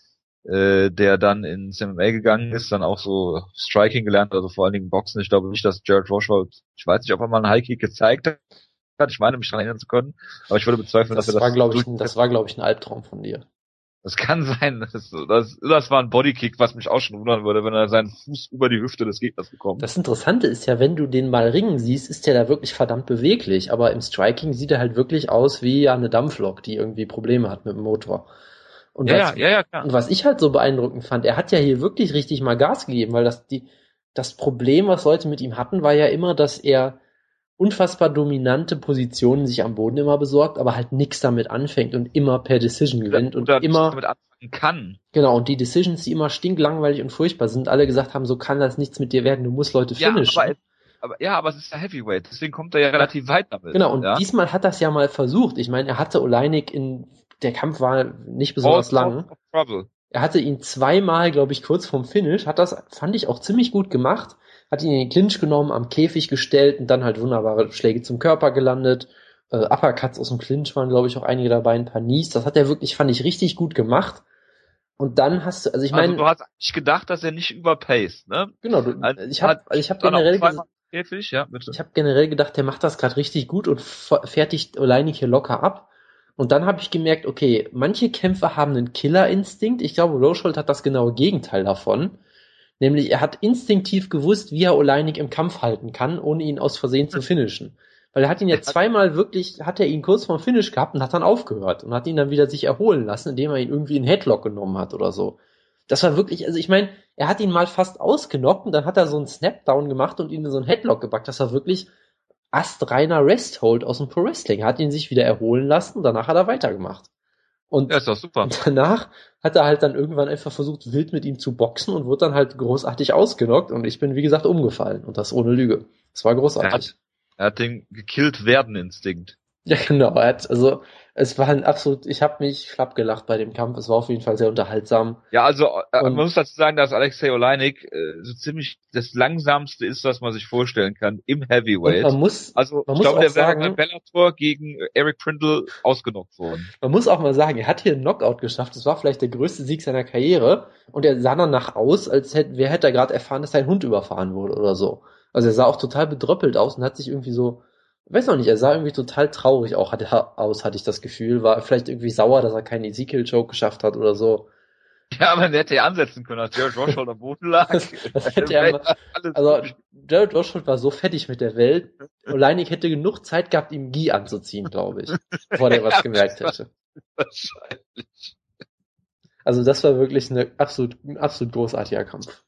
äh, der dann ins M M A gegangen ist, dann auch so Striking gelernt, also vor allen Dingen Boxen. Ich glaube nicht, dass Jared Roshold, ich weiß nicht, ob er mal einen High Kick gezeigt hat. Ich meine, mich daran erinnern zu können, aber ich würde bezweifeln, Das dass er war, das glaube ich, das war, glaube ich, ein Albtraum von dir. Das kann sein, das, das, das war ein Bodykick, was mich auch schon wundern würde, wenn er seinen Fuß über die Hüfte des Gegners bekommt. Das Interessante ist ja, wenn du den mal ringen siehst, ist der da wirklich verdammt beweglich, aber im Striking sieht er halt wirklich aus wie ja eine Dampflok, die irgendwie Probleme hat mit dem Motor. Und ja, was, ja, ja, klar. Und was ich halt so beeindruckend fand, er hat ja hier wirklich richtig mal Gas gegeben, weil das die das Problem, was Leute mit ihm hatten, war ja immer, dass er unfassbar dominante Positionen sich am Boden immer besorgt, aber halt nichts damit anfängt und immer per Decision gewinnt und Oder immer damit anfangen kann. Genau, und die Decisions, die immer stinklangweilig und furchtbar sind, alle gesagt haben, so kann das nichts mit dir werden, du musst Leute finishen. Ja, aber, aber, ja, aber es ist ja Heavyweight, deswegen kommt er ja relativ ja. weit damit. Genau, und ja? diesmal hat das ja mal versucht. Ich meine, er hatte Oleinik in, der Kampf war nicht besonders All lang. Er hatte ihn zweimal, glaube ich, kurz vorm Finish, hat das, fand ich, auch ziemlich gut gemacht, hat ihn in den Clinch genommen, am Käfig gestellt und dann halt wunderbare Schläge zum Körper gelandet. Äh, Uppercuts aus dem Clinch waren, glaube ich, auch einige dabei, ein paar Knees. Das hat er wirklich, fand ich, richtig gut gemacht. Und dann hast du, also ich meine, also du hast eigentlich gedacht, dass er nicht überpaced, ne? Genau, du, also ich habe, also ich habe generell, Käfig, ja, bitte. ich habe generell gedacht, der macht das gerade richtig gut und fertigt Oleinik hier locker ab. Und dann habe ich gemerkt, okay, manche Kämpfer haben einen Killerinstinkt. Ich glaube, Roshold hat das genaue Gegenteil davon. Nämlich, er hat instinktiv gewusst, wie er Oleinik im Kampf halten kann, ohne ihn aus Versehen zu finishen. Weil er hat ihn ja zweimal wirklich, hat er ihn kurz vorm Finish gehabt und hat dann aufgehört und hat ihn dann wieder sich erholen lassen, indem er ihn irgendwie in Headlock genommen hat oder so. Das war wirklich, also ich meine, er hat ihn mal fast ausgenockt und dann hat er so einen Snapdown gemacht und ihn in so einen Headlock gepackt. Das war wirklich astreiner Resthold aus dem Pro Wrestling. Er hat ihn sich wieder erholen lassen und danach hat er weitergemacht. Und, ja, ist doch super. Und danach hat er halt dann irgendwann einfach versucht, wild mit ihm zu boxen und wurde dann halt großartig ausgenockt und ich bin, wie gesagt, umgefallen. Und das ohne Lüge. Das war großartig. Er hat, er hat den gekillt werden Instinkt. Ja, genau. Er hat, also, es war ein absolut, ich habe mich schlapp gelacht bei dem Kampf. Es war auf jeden Fall sehr unterhaltsam. Ja, also äh, man muss dazu sagen, dass Alexei Oleinik äh, so ziemlich das langsamste ist, was man sich vorstellen kann im Heavyweight. Und man muss, also man ich muss glaube, auch der sagen, wäre bei Bellator gegen Eric Prindle ausgenockt worden. Man muss auch mal sagen, er hat hier einen Knockout geschafft. Das war vielleicht der größte Sieg seiner Karriere. Und er sah danach aus, als hätte, wer hätte er gerade erfahren, dass sein Hund überfahren wurde oder so. Also er sah auch total bedröppelt aus und hat sich irgendwie so, ich weiß noch nicht, er sah irgendwie total traurig auch hat er aus, hatte ich das Gefühl. War vielleicht irgendwie sauer, dass er keinen Ezekiel-Choke geschafft hat oder so. Ja, aber der hätte ja ansetzen können, als Jared Roshold am Boden lag. Das, das hätte er mal, also Jared Roshold war so fertig mit der Welt. Oleinik hätte genug Zeit gehabt, ihm Gi anzuziehen, glaube ich, bevor der was ja, gemerkt hätte. Wahrscheinlich. Also das war wirklich eine absolut, ein absolut großartiger Kampf.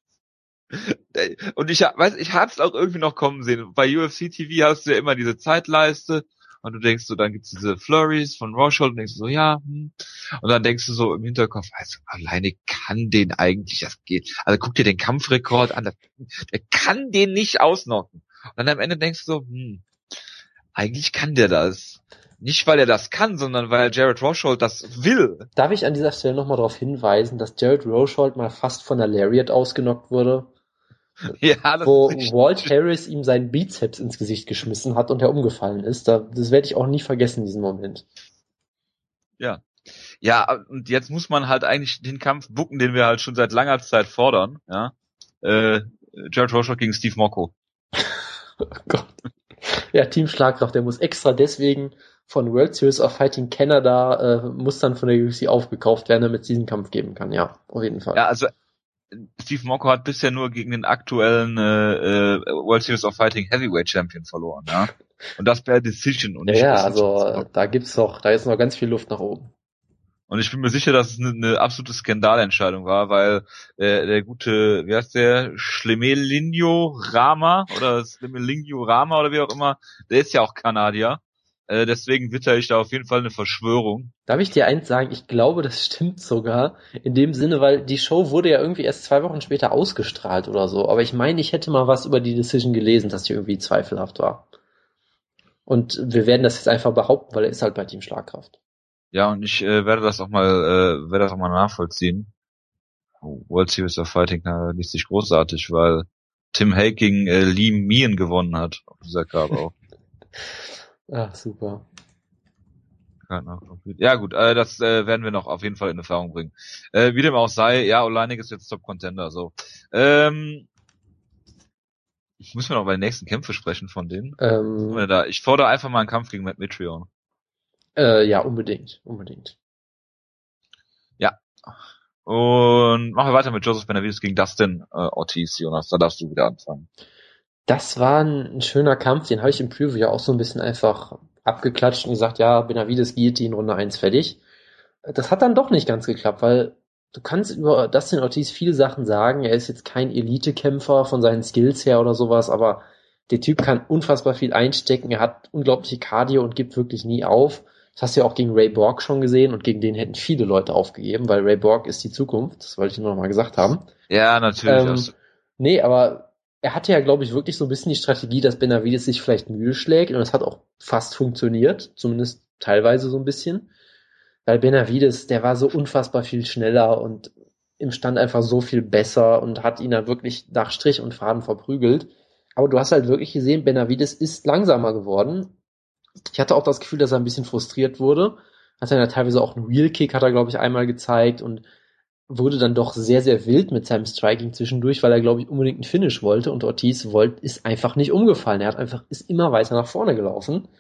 Und ich weiß, ich hab's auch irgendwie noch kommen sehen. Bei U F C T V hast du ja immer diese Zeitleiste und du denkst so, dann gibt's diese Flurries von Roshold und denkst so, ja, hm. Und dann denkst du so im Hinterkopf, also alleine kann den eigentlich, das geht. Also guck dir den Kampfrekord an, der kann den nicht ausnocken. Und dann am Ende denkst du so, hm, eigentlich kann der das. Nicht, weil er das kann, sondern weil Jared Roshold das will. Darf ich an dieser Stelle nochmal darauf hinweisen, dass Jared Roshold mal fast von der Lariat ausgenockt wurde? Ja, das wo ist Walt Harris ihm seinen Bizeps ins Gesicht geschmissen hat und er umgefallen ist. Das werde ich auch nie vergessen, diesen Moment. Ja. Ja, und jetzt muss man halt eigentlich den Kampf booken, den wir halt schon seit langer Zeit fordern. Ja, äh, Jared Roshold gegen Steve Mocco. Oh Gott. Ja, Team Schlagkraft, der muss extra deswegen von World Series of Fighting Canada äh, muss dann von der U F C aufgekauft werden, damit es diesen Kampf geben kann. Ja, auf jeden Fall. Ja, also Steve Mocco hat bisher nur gegen den aktuellen äh, äh, World Series of Fighting Heavyweight Champion verloren. Ja. Und das per Decision und Ja, nicht ja, aus also da gibt's noch, da ist noch ganz viel Luft nach oben. Und ich bin mir sicher, dass es eine, eine absolute Skandalentscheidung war, weil äh, der gute, wie heißt der, Schlemelinho Rama oder Schlemelinho Rama oder wie auch immer, der ist ja auch Kanadier. Äh, deswegen witter ich da auf jeden Fall eine Verschwörung. Darf ich dir eins sagen? Ich glaube, das stimmt sogar. In dem Sinne, weil die Show wurde ja irgendwie erst zwei Wochen später ausgestrahlt oder so. Aber ich meine, ich hätte mal was über die Decision gelesen, dass die irgendwie zweifelhaft war. Und wir werden das jetzt einfach behaupten, weil er ist halt bei Team Schlagkraft. Ja, und ich äh, werde das auch mal, äh, werde das auch mal nachvollziehen. World Series of Fighting äh, liest sich großartig, weil Tim Haking äh, Lee Meehan gewonnen hat auf dieser Card auch. Ach, super. Ja gut, äh, das äh, werden wir noch auf jeden Fall in Erfahrung bringen. Äh, wie dem auch sei, ja, Oleinik ist jetzt Top-Contender, so. Ähm, ich muss mir noch über die nächsten Kämpfe sprechen von denen. Ähm, Da? Ich fordere einfach mal einen Kampf gegen Matt Mitrione. äh, ja, unbedingt, unbedingt. Ja. Und machen wir weiter mit Joseph Benavidez gegen Dustin äh, Ortiz, Jonas. Da darfst du wieder anfangen. Das war ein, ein schöner Kampf, den habe ich im Preview ja auch so ein bisschen einfach abgeklatscht und gesagt, ja, Benavidez Guillotine Runde eins fertig. Das hat dann doch nicht ganz geklappt, weil du kannst über Dustin Ortiz viele Sachen sagen. Er ist jetzt kein Elite-Kämpfer von seinen Skills her oder sowas, aber der Typ kann unfassbar viel einstecken. Er hat unglaubliche Cardio und gibt wirklich nie auf. Das hast du ja auch gegen Ray Borg schon gesehen und gegen den hätten viele Leute aufgegeben, weil Ray Borg ist die Zukunft. Das wollte ich nur noch mal gesagt haben. Ja, natürlich. Ähm, nee, aber er hatte ja, glaube ich, wirklich so ein bisschen die Strategie, dass Benavidez sich vielleicht müde schlägt und das hat auch fast funktioniert, zumindest teilweise so ein bisschen. Weil Benavidez, der war so unfassbar viel schneller und im Stand einfach so viel besser und hat ihn dann wirklich nach Strich und Faden verprügelt. Aber du hast halt wirklich gesehen, Benavidez ist langsamer geworden. Ich hatte auch das Gefühl, dass er ein bisschen frustriert wurde. Hat er ja teilweise auch einen Wheel-Kick, hat er, glaube ich, einmal gezeigt und wurde dann doch sehr, sehr wild mit seinem Striking zwischendurch, weil er, glaube ich, unbedingt einen Finish wollte und Ortiz wollte, ist einfach nicht umgefallen. Er hat einfach, ist immer weiter nach vorne gelaufen.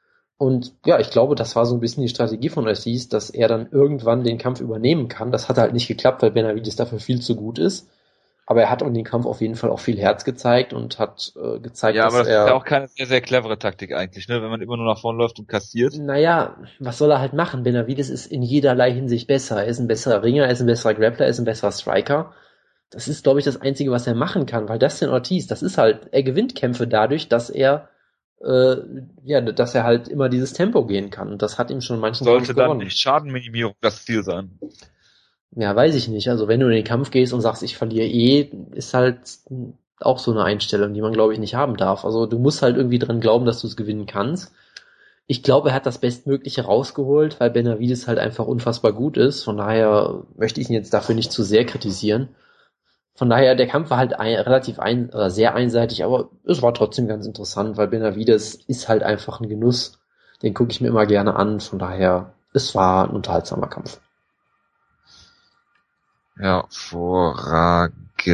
Und ja, ich glaube, das war so ein bisschen die Strategie von Ortiz, dass er dann irgendwann den Kampf übernehmen kann. Das hat halt nicht geklappt, weil Benavidez dafür viel zu gut ist. Aber er hat in den Kampf auf jeden Fall auch viel Herz gezeigt und hat äh, gezeigt, ja, dass aber das er... ist ja auch keine sehr, sehr clevere Taktik eigentlich, ne? Wenn man immer nur nach vorne läuft und kassiert. Naja, was soll er halt machen? Benavidez ist in jederlei Hinsicht besser. Er ist ein besserer Ringer, er ist ein besserer Grappler, er ist ein besserer Striker. Das ist, glaube ich, das Einzige, was er machen kann, weil Dustin Ortiz, das ist halt, er gewinnt Kämpfe dadurch, dass er äh, ja, dass er halt immer dieses Tempo gehen kann. Und das hat ihm schon manchen Sollte Kampf dann gewonnen. nicht Schadenminimierung das Ziel sein. Ja, weiß ich nicht. Also wenn du in den Kampf gehst und sagst, ich verliere eh, ist halt auch so eine Einstellung, die man, glaube ich, nicht haben darf. Also du musst halt irgendwie dran glauben, dass du es gewinnen kannst. Ich glaube, er hat das Bestmögliche rausgeholt, weil Benavidez halt einfach unfassbar gut ist. Von daher möchte ich ihn jetzt dafür nicht zu sehr kritisieren. Von daher, der Kampf war halt ein, relativ ein, oder sehr einseitig, aber es war trotzdem ganz interessant, weil Benavidez ist halt einfach ein Genuss. Den gucke ich mir immer gerne an. Von daher, es war ein unterhaltsamer Kampf. Ja, hervorragend.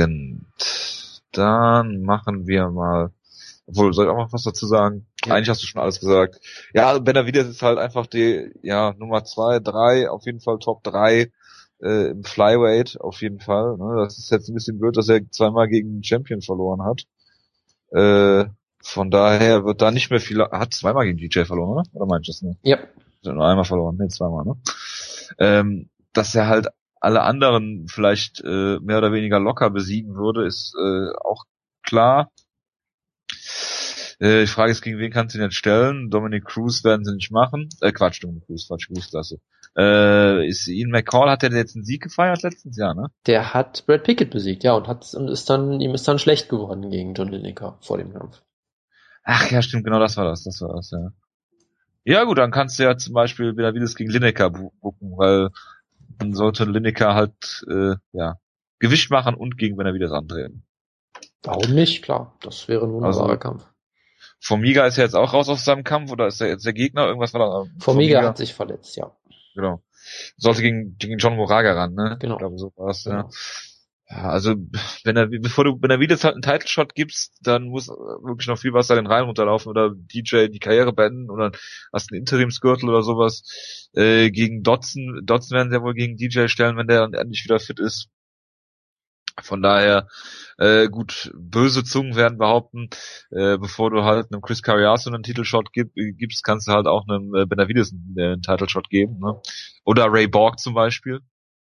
Dann machen wir mal, obwohl, soll ich auch noch was dazu sagen? Ja. Eigentlich hast du schon alles gesagt. Ja, Benavidez ist halt einfach die, ja, Nummer zwei, drei, auf jeden Fall Top drei äh, im Flyweight, auf jeden Fall. Ne? Das ist jetzt ein bisschen blöd, dass er zweimal gegen den Champion verloren hat. Äh, von daher wird da nicht mehr viel, hat zweimal gegen D J verloren, oder? Oder meinst du das nicht? Ja. Hat nur einmal verloren, nee, zweimal, ne? Ähm, dass er halt alle anderen vielleicht äh, mehr oder weniger locker besiegen würde, ist äh, auch klar. Äh, die Frage ist, gegen wen kannst du ihn jetzt stellen? Dominic Cruz werden sie nicht machen. Äh, Quatsch, Dominic Cruz, Quatsch, Cruz-Klasse. Äh, ist Ian McCall, hat der jetzt einen Sieg gefeiert letztes Jahr, ne? Der hat Brad Pickett besiegt, ja, und hat und ist dann, ihm ist dann schlecht geworden gegen John Lineker vor dem Kampf. Ach ja, stimmt, genau das war das, das war das, ja. Ja gut, dann kannst du ja zum Beispiel Benavidez gegen Lineker buchen, weil dann sollte Lineker halt, äh, ja, Gewicht machen und gegen Benavidez antreten. Warum nicht? Klar, das wäre ein wunderbarer also, Kampf. Formiga ist ja jetzt auch raus aus seinem Kampf, oder ist der jetzt der Gegner? Irgendwas war da? Formiga, Formiga hat sich verletzt, ja. Genau. Sollte gegen, gegen John Moraga ran, ne? Genau. Ich glaube, so war es, genau. ja. Ja, also, wenn er, bevor du Benavidez halt einen Title-Shot gibst, dann muss wirklich noch viel Wasser den Rhein runterlaufen oder D J die Karriere beenden oder hast einen Interimsgürtel oder sowas. Äh, gegen Dodson, Dodson werden sie ja wohl gegen D J stellen, wenn der dann endlich wieder fit ist. Von daher, äh, gut, böse Zungen werden behaupten, äh, bevor du halt einem Chris Carriazo einen Titelshot gib, gibst, kannst du halt auch einem äh, Benavidez einen, einen Titleshot geben, ne? Oder Ray Borg zum Beispiel.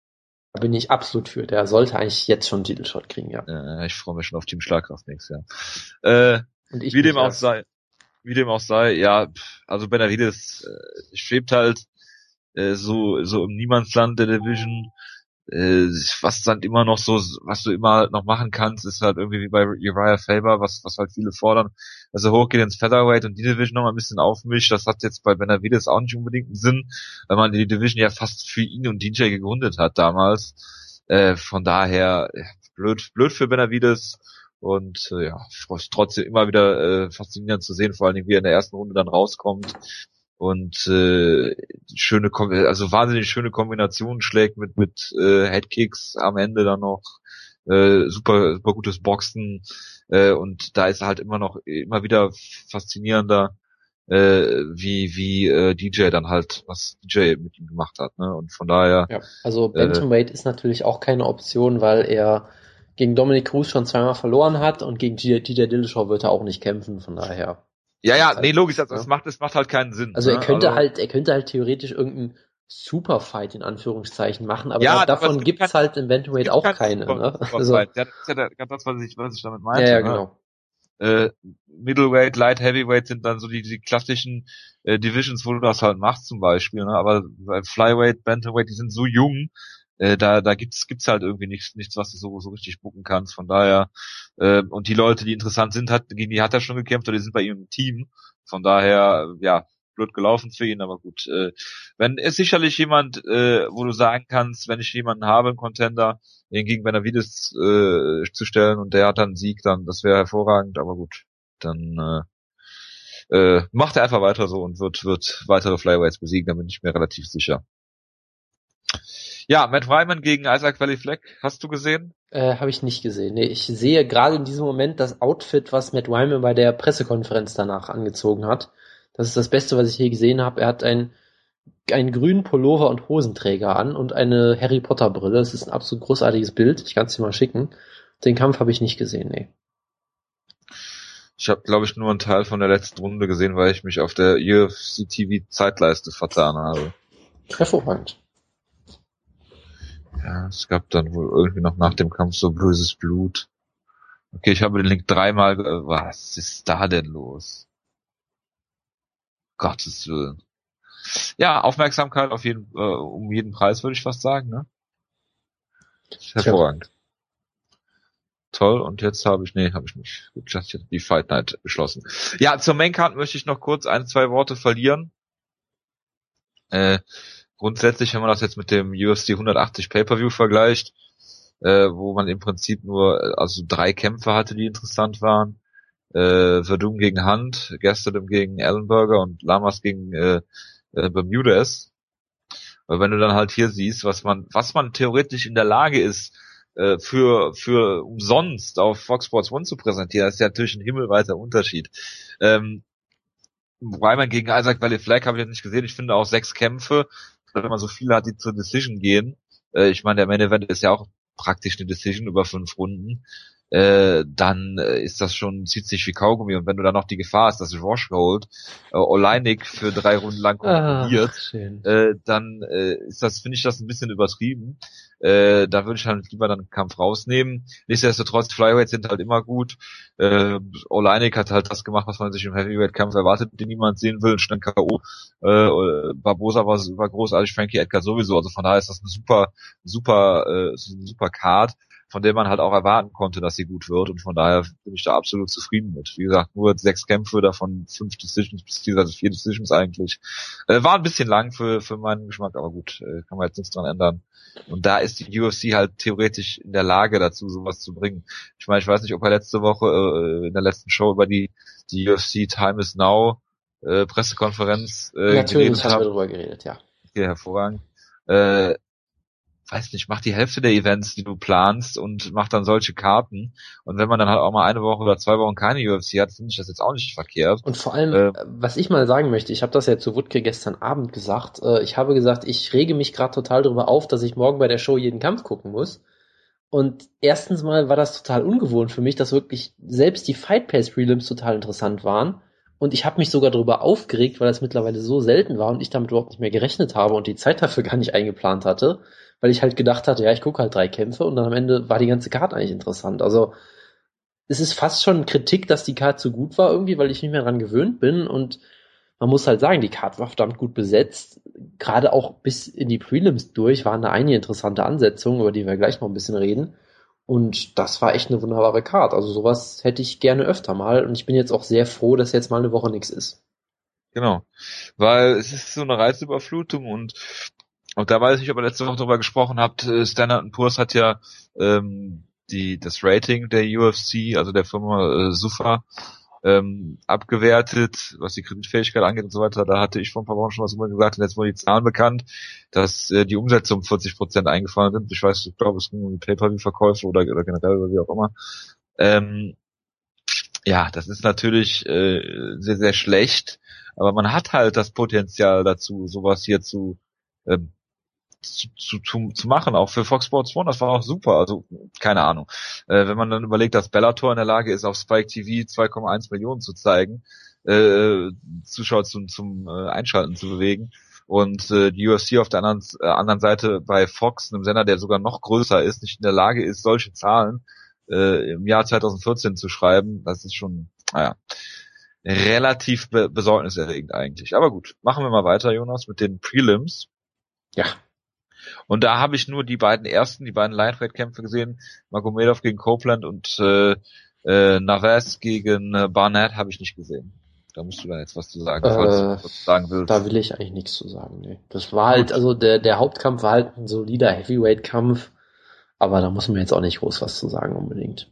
Da bin ich absolut für. Der sollte eigentlich jetzt schon einen Titelshot kriegen, ja. Äh, ich freue mich schon auf Team Schlagkraft nächstes Jahr. Äh, Und ich wie dem auch erst. sei, wie dem auch sei, ja, also Benavidez äh, schwebt halt äh, so so im Niemandsland der Division. Äh, was dann immer noch so, was du immer halt noch machen kannst, ist halt irgendwie wie bei Uriah Faber, was was halt viele fordern, also hochgeht ins Featherweight und die Division noch mal ein bisschen aufmischt. Das hat jetzt bei Benavidez auch nicht unbedingt einen Sinn, weil man die Division ja fast für ihn und D J gegründet hat damals. Äh, von daher blöd blöd für Benavidez. Und äh, ja, trotzdem immer wieder äh, faszinierend zu sehen, vor allen Dingen wie er in der ersten Runde dann rauskommt und äh, schöne, also wahnsinnig schöne Kombinationen schlägt mit mit äh, Headkicks am Ende dann noch, äh, super super gutes Boxen, äh, und da ist er halt immer noch immer wieder faszinierender, äh, wie wie äh, D J dann halt, was D J mit ihm gemacht hat, ne? Und von daher, ja, also Bantamweight äh, ist natürlich auch keine Option, weil er gegen Dominic Cruz schon zweimal verloren hat und gegen D J Dillashaw wird er auch nicht kämpfen, von daher. Ja, ja, nee, logisch, das, das macht, das macht halt keinen Sinn. Also ne? er könnte also, halt, er könnte halt theoretisch irgendeinen Superfight in Anführungszeichen machen, aber ja, davon aber es gibt's kein, halt im Bantamweight auch keine, Super, ne? Super Also, ja, das ist ja das, was ich, was ich damit meinte. ja, ja, ne? genau. Äh, Middleweight, Light, Heavyweight sind dann so die, die klassischen äh, Divisions, wo du das halt machst zum Beispiel, ne? Aber Flyweight, Bantamweight, die sind so jung, äh, da da gibt's gibt's halt irgendwie nichts, nichts, was du so so richtig booken kannst. Von daher, äh, und die Leute, die interessant sind, hat gegen die hat er schon gekämpft oder die sind bei ihm im Team. Von daher, ja, blöd gelaufen für ihn, aber gut. Äh, wenn ist sicherlich jemand, äh, wo du sagen kannst, wenn ich jemanden habe, einen Contender, den gegen Benavidez äh, zu stellen und der hat dann einen Sieg, dann das wäre hervorragend, aber gut, dann äh, äh, macht er einfach weiter so und wird wird weitere Flyweights besiegen, da bin ich mir relativ sicher. Ja, Matt Wyman gegen Isaac Valley Fleck, hast du gesehen? Äh, habe ich nicht gesehen. Nee, ich sehe gerade in diesem Moment das Outfit, was Matt Wyman bei der Pressekonferenz danach angezogen hat. Das ist das Beste, was ich je gesehen habe. Er hat ein einen grünen Pullover und Hosenträger an und eine Harry Potter Brille. Es ist ein absolut großartiges Bild. Ich kann es dir mal schicken. Den Kampf habe ich nicht gesehen, nee. Ich habe, glaube ich, nur einen Teil von der letzten Runde gesehen, weil ich mich auf der U F C T V Zeitleiste vertan habe. Hervorragend. Ja, es gab dann wohl irgendwie noch nach dem Kampf so böses Blut. Okay, ich habe den Link dreimal, äh, was ist da denn los? Gottes Willen. Ja, Aufmerksamkeit auf jeden, äh, um jeden Preis, würde ich fast sagen, ne? Hervorragend. Toll, und jetzt habe ich, nee, habe ich nicht. Gut, ich hatte die Fight Night beschlossen. Ja, zur Maincard möchte ich noch kurz ein, zwei Worte verlieren. Äh, grundsätzlich, wenn man das jetzt mit dem U F C hundertachtzig Pay-Per-View vergleicht, äh, wo man im Prinzip nur, also drei Kämpfe hatte, die interessant waren. Äh, Verdum gegen Hunt, Gastelum gegen Ellenberger und Lamas gegen äh, äh, Bermudez. Weil wenn du dann halt hier siehst, was man, was man theoretisch in der Lage ist, äh, für für umsonst auf Fox Sports One zu präsentieren, das ist ja natürlich ein himmelweiter Unterschied. Ähm, Wyman gegen Isaac Valley Fleck habe ich jetzt nicht gesehen. Ich finde auch sechs Kämpfe, wenn man so viele hat, die zur Decision gehen. Äh, ich meine, der Main Event ist ja auch praktisch eine Decision über fünf Runden. Äh, dann äh, ist das schon, zieht sich wie Kaugummi. Und wenn du dann noch die Gefahr hast, dass Rochehold äh, Oleinik für drei Runden lang kontrolliert, Ach, äh, dann äh, ist das, finde ich das ein bisschen übertrieben. Äh, da würde ich halt lieber dann einen Kampf rausnehmen. Nichtsdestotrotz, Flyweights sind halt immer gut. Äh, Oleinik hat halt das gemacht, was man sich im Heavyweight-Kampf erwartet, den niemand sehen will, schnell K O. Äh, Barbosa war super großartig, Frankie Edgar sowieso. Also von daher ist das eine super, super, äh, eine super Card, von der man halt auch erwarten konnte, dass sie gut wird, und von daher bin ich da absolut zufrieden mit. Wie gesagt, nur sechs Kämpfe, davon fünf Decisions, beziehungsweise vier Decisions eigentlich. Äh, war ein bisschen lang für für meinen Geschmack, aber gut, äh, kann man jetzt nichts dran ändern. Und da ist die U F C halt theoretisch in der Lage dazu, sowas zu bringen. Ich meine, ich weiß nicht, ob er letzte Woche äh, in der letzten Show über die die U F C Time is Now äh, Pressekonferenz äh, Natürlich geredet haben hat. wir darüber geredet, ja. Okay, hervorragend. Äh, weiß nicht, mach die Hälfte der Events, die du planst, und mach dann solche Karten. Und wenn man dann halt auch mal eine Woche oder zwei Wochen keine U F C hat, finde ich das jetzt auch nicht verkehrt. Und vor allem, äh, was ich mal sagen möchte, ich habe das ja zu Wutke gestern Abend gesagt, äh, ich habe gesagt, ich rege mich gerade total darüber auf, dass ich morgen bei der Show jeden Kampf gucken muss. Und erstens mal war das total ungewohnt für mich, dass wirklich selbst die Fight Pass Prelims total interessant waren. Und ich habe mich sogar darüber aufgeregt, weil das mittlerweile so selten war und ich damit überhaupt nicht mehr gerechnet habe und die Zeit dafür gar nicht eingeplant hatte, weil ich halt gedacht hatte, ja, ich gucke halt drei Kämpfe und dann am Ende war die ganze Karte eigentlich interessant. Also es ist fast schon Kritik, dass die Karte so gut war irgendwie, weil ich nicht mehr dran gewöhnt bin und man muss halt sagen, die Karte war verdammt gut besetzt. Gerade auch bis in die Prelims durch waren da einige interessante Ansetzungen, über die wir gleich noch ein bisschen reden. Und das war echt eine wunderbare Karte. Also sowas hätte ich gerne öfter mal. Und ich bin jetzt auch sehr froh, dass jetzt mal eine Woche nichts ist. Genau. Weil es ist so eine Reizüberflutung und und da weiß ich, ob ihr letzte Woche darüber gesprochen habt, äh, Standard and Poor's hat ja ähm, die das Rating der U F C, also der Firma äh, Sufa, ähm, abgewertet, was die Kreditfähigkeit angeht und so weiter. Da hatte ich vor ein paar Wochen schon was drüber gesagt und jetzt wurden die Zahlen bekannt, dass äh, die Umsätze um vierzig Prozent eingefallen sind. Ich weiß, ich glaube, es ging um Pay-Per-View-Verkäufe oder, oder generell oder wie auch immer. Ähm, ja, das ist natürlich äh, sehr, sehr schlecht, aber man hat halt das Potenzial dazu, sowas hier zu ähm, zu, zu, zu, zu machen, auch für Fox Sports One, das war auch super, also keine Ahnung. Äh, wenn man dann überlegt, dass Bellator in der Lage ist, auf Spike T V zwei Komma eins Millionen zu zeigen, äh, Zuschauer zum, zum äh, Einschalten zu bewegen und äh, die U F C auf der anderen, äh, anderen Seite bei Fox, einem Sender, der sogar noch größer ist, nicht in der Lage ist, solche Zahlen äh, im Jahr zwanzig vierzehn zu schreiben, das ist schon, naja, relativ be- besorgniserregend eigentlich. Aber gut, machen wir mal weiter, Jonas, mit den Prelims. Ja. Und da habe ich nur die beiden ersten, die beiden Lightweight-Kämpfe gesehen, Magomedov gegen Copeland und äh, äh, Naves gegen äh, Barnett habe ich nicht gesehen. Da musst du dann jetzt was zu sagen, falls du Äh, was sagen willst. Da will ich eigentlich nichts zu sagen. Nee. Das war halt, also der, der Hauptkampf war halt ein solider Heavyweight-Kampf, aber da muss man jetzt auch nicht groß was zu sagen unbedingt.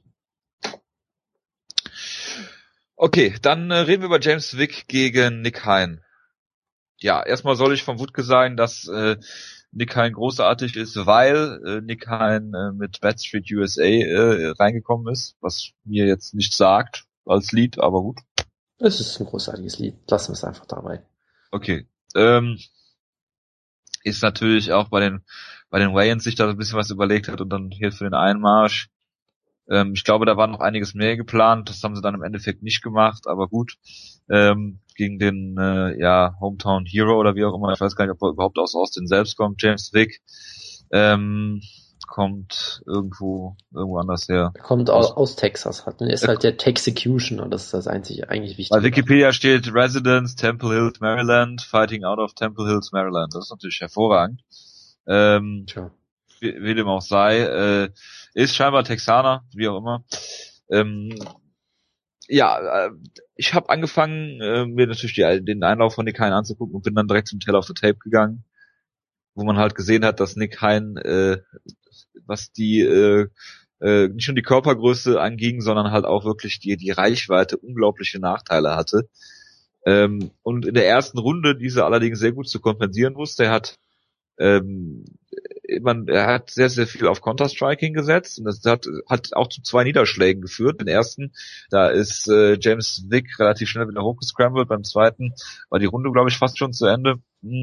Okay, dann äh, reden wir über James Vick gegen Nick Hein. Ja, erstmal soll ich vom Wutke sagen, dass äh, Nick Hein großartig ist, weil äh, Nick Hein äh, mit Bad Street U S A äh, reingekommen ist, was mir jetzt nichts sagt als Lied, aber gut. Es ist ein großartiges Lied. Lassen wir es einfach dabei. Okay. Ähm, ist natürlich auch bei den bei den Wayans sich da so ein bisschen was überlegt hat und dann hier für den Einmarsch. Ähm, ich glaube, da war noch einiges mehr geplant. Das haben sie dann im Endeffekt nicht gemacht, aber gut. Ähm, gegen den äh, ja Hometown Hero oder wie auch immer. Ich weiß gar nicht, ob er überhaupt aus Austin selbst kommt. James Vick ähm, kommt irgendwo irgendwo anders her. Er kommt aus, aus Texas. Hat, er ist halt der Texecutioner. Das ist das einzige eigentlich Wichtige. Bei Wikipedia steht Residence Temple Hills, Maryland, fighting out of Temple Hills, Maryland. Das ist natürlich hervorragend. Ähm, Tja. wie, wie dem auch sei, äh, ist scheinbar Texaner, wie auch immer. Ähm, ja, äh, ich habe angefangen, äh, mir natürlich die, den Einlauf von Nick Hein anzugucken und bin dann direkt zum Tell of the Tape gegangen, wo man halt gesehen hat, dass Nick Hein, äh, was die äh, äh, nicht nur die Körpergröße anging, sondern halt auch wirklich die die Reichweite unglaubliche Nachteile hatte. Ähm, und in der ersten Runde diese allerdings sehr gut zu kompensieren wusste. Er hat ähm, man, er hat sehr, sehr viel auf Counter-Striking gesetzt und das hat, hat auch zu zwei Niederschlägen geführt. Den ersten, da ist äh, James Vick relativ schnell wieder hochgescrambled, beim zweiten war die Runde, glaube ich, fast schon zu Ende.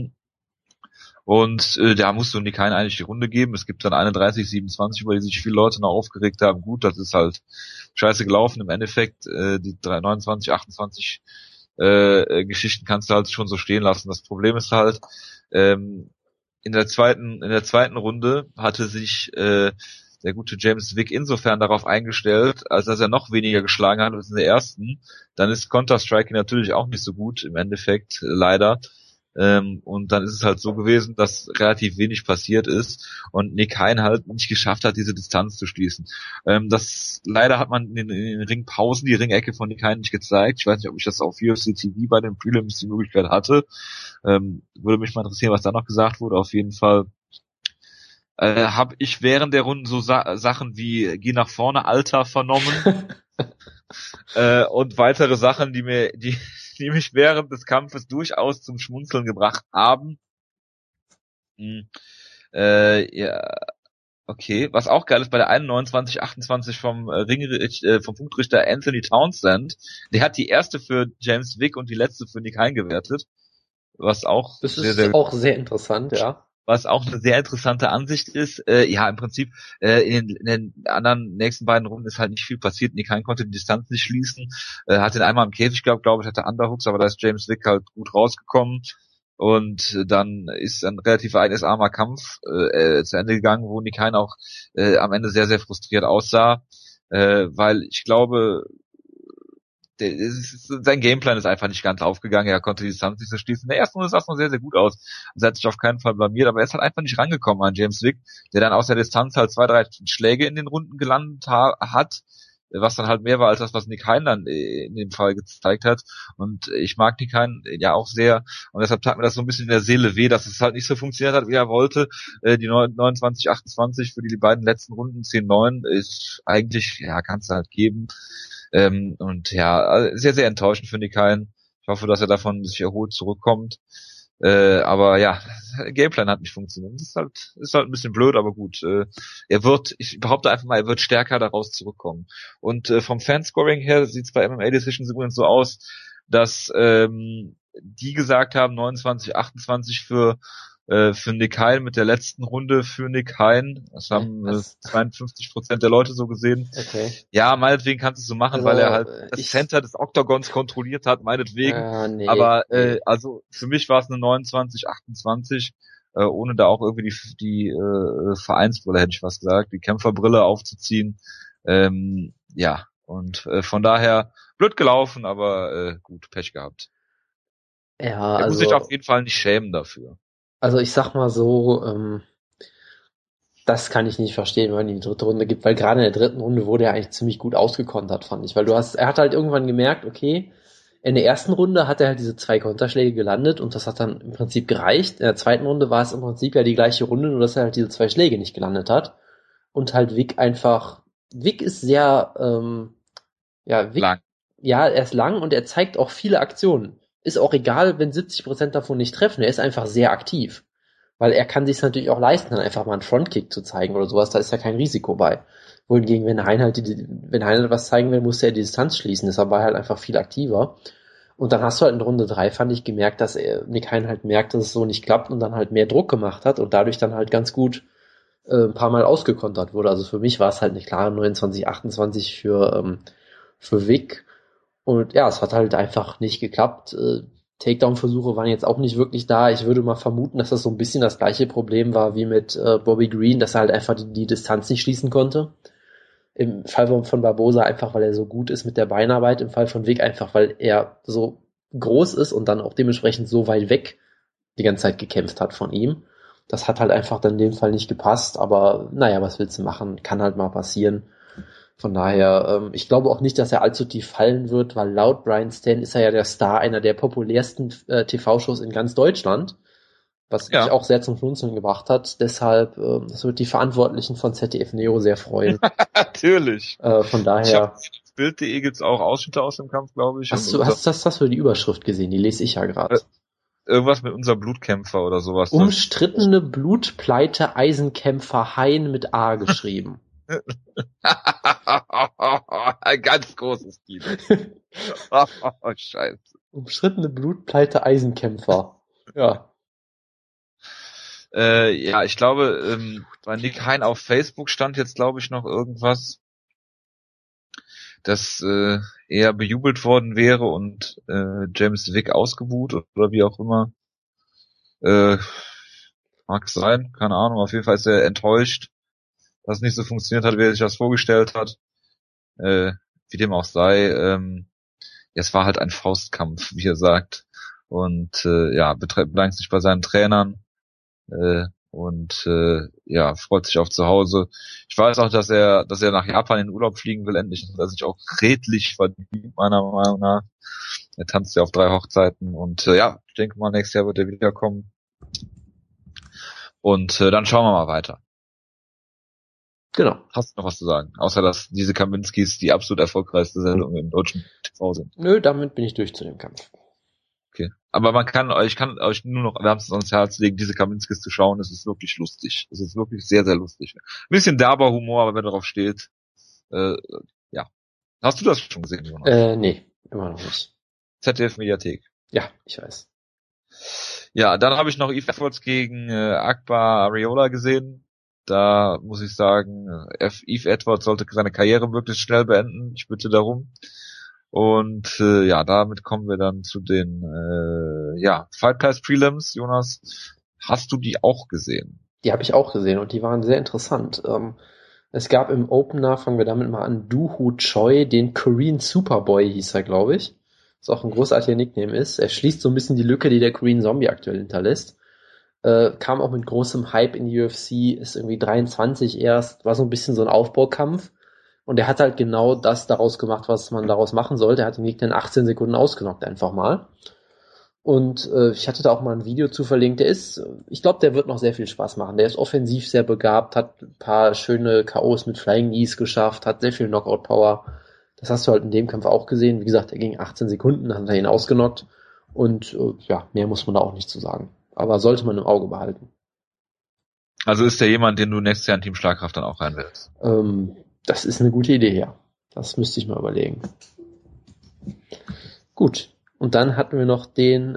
Und äh, da musste Nick Hein eigentlich die Runde geben. Es gibt dann einunddreißig siebenundzwanzig, über die sich viele Leute noch aufgeregt haben. Gut, das ist halt scheiße gelaufen. Im Endeffekt, äh, die neunundzwanzig achtundzwanzig äh, Geschichten kannst du halt schon so stehen lassen. Das Problem ist halt, ähm, in der zweiten, in der zweiten Runde hatte sich äh, der gute James Vick insofern darauf eingestellt, als dass er noch weniger geschlagen hat als in der ersten. Dann ist Counter-Striking natürlich auch nicht so gut im Endeffekt, leider. Ähm, und dann ist es halt so gewesen, dass relativ wenig passiert ist und Nick Hein halt nicht geschafft hat, diese Distanz zu schließen. Ähm, das leider hat man in den, in den Ringpausen die Ringecke von Nick Hein nicht gezeigt. Ich weiß nicht, ob ich das auf U F C T V bei den Prelims die Möglichkeit hatte. Ähm, würde mich mal interessieren, was da noch gesagt wurde. Auf jeden Fall äh, habe ich während der Runden so Sa- Sachen wie geh nach vorne, Alter vernommen äh, und weitere Sachen, die mir, die, die mich während des Kampfes durchaus zum Schmunzeln gebracht haben. Hm. Äh, ja, okay. Was auch geil ist, bei der einundneunzig achtundzwanzig vom äh, Ring, äh, vom Punktrichter Anthony Townsend, der hat die erste für James Vick und die letzte für Nick Hein gewertet. Was auch Das sehr, ist sehr auch sehr interessant, ja. was auch eine sehr interessante Ansicht ist. Äh, ja, im Prinzip äh, in, den, in den anderen nächsten beiden Runden ist halt nicht viel passiert. Nikan konnte die Distanz nicht schließen, äh, hat den einmal im Käfig gehabt, glaube ich, hatte Underhooks, aber da ist James Vick halt gut rausgekommen. Und dann ist ein relativ ereignisarmer Kampf äh, zu Ende gegangen, wo Nikan auch äh, am Ende sehr, sehr frustriert aussah, äh, weil ich glaube, der, ist, sein Gameplan ist einfach nicht ganz aufgegangen. Er konnte die Distanz nicht so schließen. In der ersten Runde sah es noch sehr, sehr gut aus. Also er hat sich auf keinen Fall blamiert, aber er ist halt einfach nicht rangekommen an James Vick, der dann aus der Distanz halt zwei, drei Schläge in den Runden gelandet ha- hat, was dann halt mehr war als das, was Nick Hein dann in dem Fall gezeigt hat. Und ich mag Nick Hein ja auch sehr. Und deshalb tat mir das so ein bisschen in der Seele weh, dass es halt nicht so funktioniert hat, wie er wollte. Die neunundzwanzig achtundzwanzig für die beiden letzten Runden zehn neun ist eigentlich, ja, kannst du halt geben. Ähm, und ja, sehr, sehr enttäuschend für Nick Hein. Ich hoffe, dass er davon sich erholt zurückkommt. Äh, aber ja, Gameplan hat nicht funktioniert. Das ist halt, ist halt ein bisschen blöd, aber gut. Äh, er wird, ich behaupte einfach mal, er wird stärker daraus zurückkommen. Und äh, vom Fanscoring her sieht es bei M M A Decisions übrigens so aus, dass ähm, die gesagt haben, neunundzwanzig achtundzwanzig für äh, für Nick Hein mit der letzten Runde für Nick Hein. Das haben äh, zweiundfünfzig Prozent der Leute so gesehen. Okay. Ja, meinetwegen kannst du es so machen, Also, weil er halt das ich, Center des Oktagons kontrolliert hat, meinetwegen. äh, nee, Aber äh, nee. also für mich war es eine neunundzwanzig achtundzwanzig, äh, ohne da auch irgendwie die, die äh, Vereinsbrille, hätte ich was gesagt, die Kämpferbrille aufzuziehen. Ähm, ja, und äh, von daher blöd gelaufen, aber äh, gut, Pech gehabt. Ja, Er muss sich also, auf jeden Fall nicht schämen dafür. also ich sag mal so, ähm, das kann ich nicht verstehen, wenn man ihm die dritte Runde gibt, weil gerade in der dritten Runde wurde er eigentlich ziemlich gut ausgekontert, fand ich. Weil du hast, er hat halt irgendwann gemerkt, okay, in der ersten Runde hat er halt diese zwei Konterschläge gelandet und das hat dann im Prinzip gereicht. In der zweiten Runde war es im Prinzip ja die gleiche Runde, nur dass er halt diese zwei Schläge nicht gelandet hat. Und halt Vic einfach, Vic ist sehr, ähm, ja, Vic, Lang. ja, er ist lang und er zeigt auch viele Aktionen. Ist auch egal, wenn siebzig Prozent davon nicht treffen, er ist einfach sehr aktiv. Weil er kann sich natürlich auch leisten, dann einfach mal einen Frontkick zu zeigen oder sowas, da ist ja kein Risiko bei. Wohingegen, wenn Hein halt die, wenn Hein halt was zeigen will, muss er die Distanz schließen, deshalb war er halt einfach viel aktiver. Und dann hast du halt in Runde drei, fand ich, gemerkt, dass er, Nick Hein halt merkt, dass es so nicht klappt und dann halt mehr Druck gemacht hat und dadurch dann halt ganz gut äh, ein paar Mal ausgekontert wurde. Also für mich war es halt eine klare neunundzwanzig achtundzwanzig für, ähm, für Vic. Und ja, es hat halt einfach nicht geklappt. Äh, Takedown-Versuche waren jetzt auch nicht wirklich da. Ich würde mal vermuten, dass das so ein bisschen das gleiche Problem war wie mit äh, Bobby Green, dass er halt einfach die, die Distanz nicht schließen konnte. Im Fall von, von Barbosa einfach, weil er so gut ist mit der Beinarbeit. Im Fall von Vic einfach, weil er so groß ist und dann auch dementsprechend so weit weg die ganze Zeit gekämpft hat von ihm. Das hat halt einfach dann in dem Fall nicht gepasst. Aber naja, was willst du machen? Kann halt mal passieren. Von daher, ähm, ich glaube auch nicht, dass er allzu tief fallen wird, weil laut Brian Stan ist er ja der Star einer der populärsten äh, T V-Shows in ganz Deutschland, was mich Ja. auch sehr zum Schmunzeln gebracht hat. Deshalb, äh, das wird die Verantwortlichen von Z D F Neo sehr freuen. Natürlich. Äh, von Ich hab, daher. auf Bild punkt de gibt's auch Ausschnitte aus dem Kampf, glaube ich. Hast Und du unser, hast das, das für die Überschrift gesehen? Die lese ich ja gerade. äh, irgendwas mit unser Blutkämpfer oder sowas. Umstrittene Blutpleite Eisenkämpfer Hein mit A geschrieben. Ein ganz großes Kino. Oh, Scheiße. Umstrittene Blutpleite Eisenkämpfer. Ja. Äh, ja, ich glaube, ähm, bei Nick Hein auf Facebook stand jetzt, glaube ich, noch irgendwas, dass äh, er bejubelt worden wäre und äh, James Vick ausgebuht oder wie auch immer. Äh, mag sein, keine Ahnung. Auf jeden Fall ist er enttäuscht, dass es nicht so funktioniert hat, wie er sich das vorgestellt hat. Äh, wie dem auch sei. Ähm, ja, es war halt ein Faustkampf, wie er sagt. Und äh, ja, bedankt sich bei seinen Trainern. Äh, und äh, ja, freut sich auf zu Hause. Ich weiß auch, dass er, dass er nach Japan in den Urlaub fliegen will, endlich, dass er sich auch redlich verdient, meiner Meinung nach. Er tanzt ja auf drei Hochzeiten und äh, ja, ich denke mal, nächstes Jahr wird er wiederkommen. Und äh, dann schauen wir mal weiter. Genau. Hast du noch was zu sagen? Außer, dass diese Kaminskis die absolut erfolgreichste Sendung im deutschen T V sind. Nö, damit bin ich durch zu dem Kampf. Okay. Aber man kann euch, kann euch nur noch wärmstens ans Herz legen, diese Kaminskis zu schauen. Es ist wirklich lustig. Es ist wirklich sehr, sehr lustig. Ein bisschen derber Humor, aber wenn darauf steht, äh, ja. Hast du das schon gesehen, Jonas? Äh, nee, immer noch nicht. Z D F Mediathek. Ja, ich weiß. Ja, dann habe ich noch Eve Edwards gegen äh, Akbar Areola gesehen. Da muss ich sagen, äh, Eve Edwards sollte seine Karriere möglichst schnell beenden. Ich bitte darum. Und äh, ja, damit kommen wir dann zu den äh, ja Fight Pass Prelims. Jonas, hast du die auch gesehen? Die habe ich auch gesehen und die waren sehr interessant. Ähm, es gab im Opener, fangen wir damit mal an, Doo-Ho Choi, den Korean Superboy hieß er, glaube ich. Was auch ein großartiger Nickname ist. Er schließt so ein bisschen die Lücke, die der Korean Zombie aktuell hinterlässt. Äh, kam auch mit großem Hype in die U F C, ist irgendwie dreiundzwanzig erst, war so ein bisschen so ein Aufbaukampf. Und er hat halt genau das daraus gemacht, was man daraus machen sollte. Er hat den Gegner in achtzehn Sekunden ausgenockt, einfach mal. Und äh, ich hatte da auch mal ein Video zu verlinkt. Der ist, ich glaube, der wird noch sehr viel Spaß machen. Der ist offensiv sehr begabt, hat ein paar schöne K Os mit Flying Knees geschafft, hat sehr viel Knockout-Power. Das hast du halt in dem Kampf auch gesehen. Wie gesagt, er ging achtzehn Sekunden, dann hat er ihn ausgenockt. Und äh, ja, mehr muss man da auch nicht zu sagen. Aber sollte man im Auge behalten. Also ist der jemand, den du nächstes Jahr in Team Schlagkraft dann auch rein willst? Ähm, das ist eine gute Idee, ja. Das müsste ich mal überlegen. Gut. Und dann hatten wir noch den,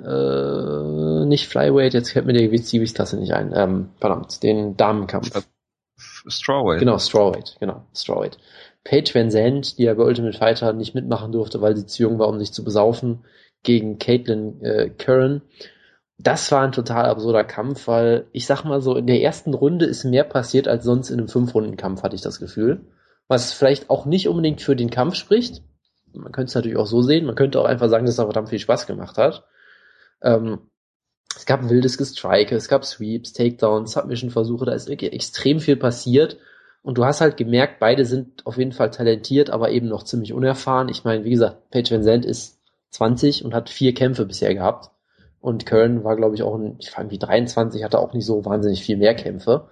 äh, nicht Flyweight, jetzt fällt mir die Gewichtsklasse nicht ein, ähm, verdammt, den Damenkampf. Strawweight. Genau, Strawweight, genau, Strawweight. Paige Van Zandt, die ja bei Ultimate Fighter nicht mitmachen durfte, weil sie zu jung war, um sich zu besaufen, gegen Caitlin äh, Curran. Das war ein total absurder Kampf, weil ich sag mal so, in der ersten Runde ist mehr passiert als sonst in einem Fünf-Runden-Kampf, hatte ich das Gefühl. Was vielleicht auch nicht unbedingt für den Kampf spricht. Man könnte es natürlich auch so sehen. Man könnte auch einfach sagen, dass es da verdammt viel Spaß gemacht hat. Ähm, es gab wildes Gestrike, es gab Sweeps, Takedowns, Submission-Versuche, da ist wirklich extrem viel passiert. Und du hast halt gemerkt, beide sind auf jeden Fall talentiert, aber eben noch ziemlich unerfahren. Ich meine, wie gesagt, Paige Van Zandt ist zwanzig und hat vier Kämpfe bisher gehabt. Und Curran war, glaube ich, auch ein, ich war irgendwie dreiundzwanzig, hatte auch nicht so wahnsinnig viel mehr Kämpfe.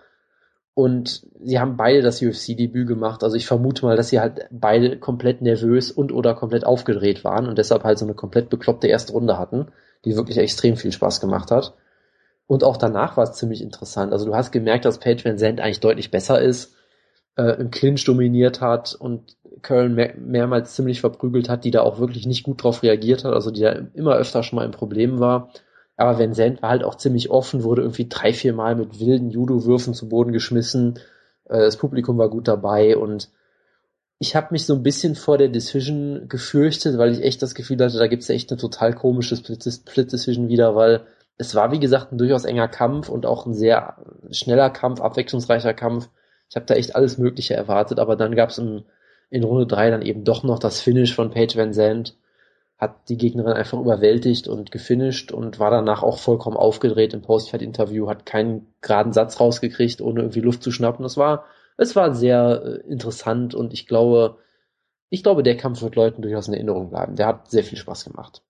Und sie haben beide das U F C-Debüt gemacht. Also ich vermute mal, dass sie halt beide komplett nervös und oder komplett aufgedreht waren und deshalb halt so eine komplett bekloppte erste Runde hatten, die wirklich extrem viel Spaß gemacht hat. Und auch danach war es ziemlich interessant. Also du hast gemerkt, dass Paige Van Zandt eigentlich deutlich besser ist, äh, im Clinch dominiert hat und Curran mehr, mehrmals ziemlich verprügelt hat, die da auch wirklich nicht gut drauf reagiert hat, also die da immer öfter schon mal im Problem war. Aber Van Zandt war halt auch ziemlich offen, wurde irgendwie drei, vier Mal mit wilden Judo-Würfen zu Boden geschmissen. Äh, das Publikum war gut dabei und ich habe mich so ein bisschen vor der Decision gefürchtet, weil ich echt das Gefühl hatte, da gibt's ja echt eine total komische Split-Decision wieder, weil es war, wie gesagt, ein durchaus enger Kampf und auch ein sehr schneller Kampf, abwechslungsreicher Kampf. Ich habe da echt alles Mögliche erwartet, aber dann gab's in, in Runde drei dann eben doch noch das Finish von Paige Van Zandt, hat die Gegnerin einfach überwältigt und gefinisht und war danach auch vollkommen aufgedreht im Post-Fight-Interview, hat keinen geraden Satz rausgekriegt, ohne irgendwie Luft zu schnappen. Das war, es war sehr äh, interessant und ich glaube, ich glaube, der Kampf wird Leuten durchaus in Erinnerung bleiben. Der hat sehr viel Spaß gemacht.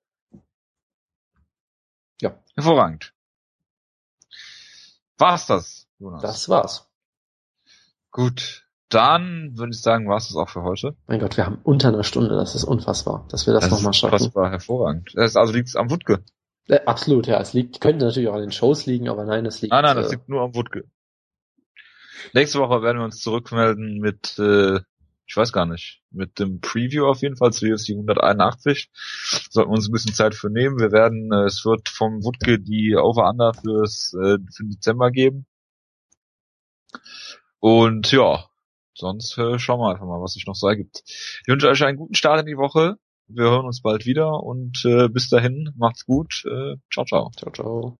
Ja. Hervorragend. War's das, Jonas? Das war's. Gut. Dann würde ich sagen, war's das auch für heute. Mein Gott, wir haben unter einer Stunde. Das ist unfassbar, dass wir das, das nochmal schaffen. Unfassbar hervorragend. Das ist, also liegt's am Wutke. Äh, absolut, ja. Es liegt, könnte natürlich auch an den Shows liegen, aber nein, es liegt. Nein, nein, das äh, liegt nur am Wutke. Nächste Woche werden wir uns zurückmelden mit, äh, ich weiß gar nicht, mit dem Preview auf jeden Fall zu U F C hunderteinundachtzig. Sollten wir uns ein bisschen Zeit für nehmen. Wir werden, äh, es wird vom Wutke die Over-Under fürs, äh, für den Dezember geben. Und ja, sonst äh, schauen wir einfach mal, was sich noch so ergibt. Ich wünsche euch einen guten Start in die Woche. Wir hören uns bald wieder und äh, bis dahin, macht's gut. Äh, ciao, ciao. Ciao, ciao.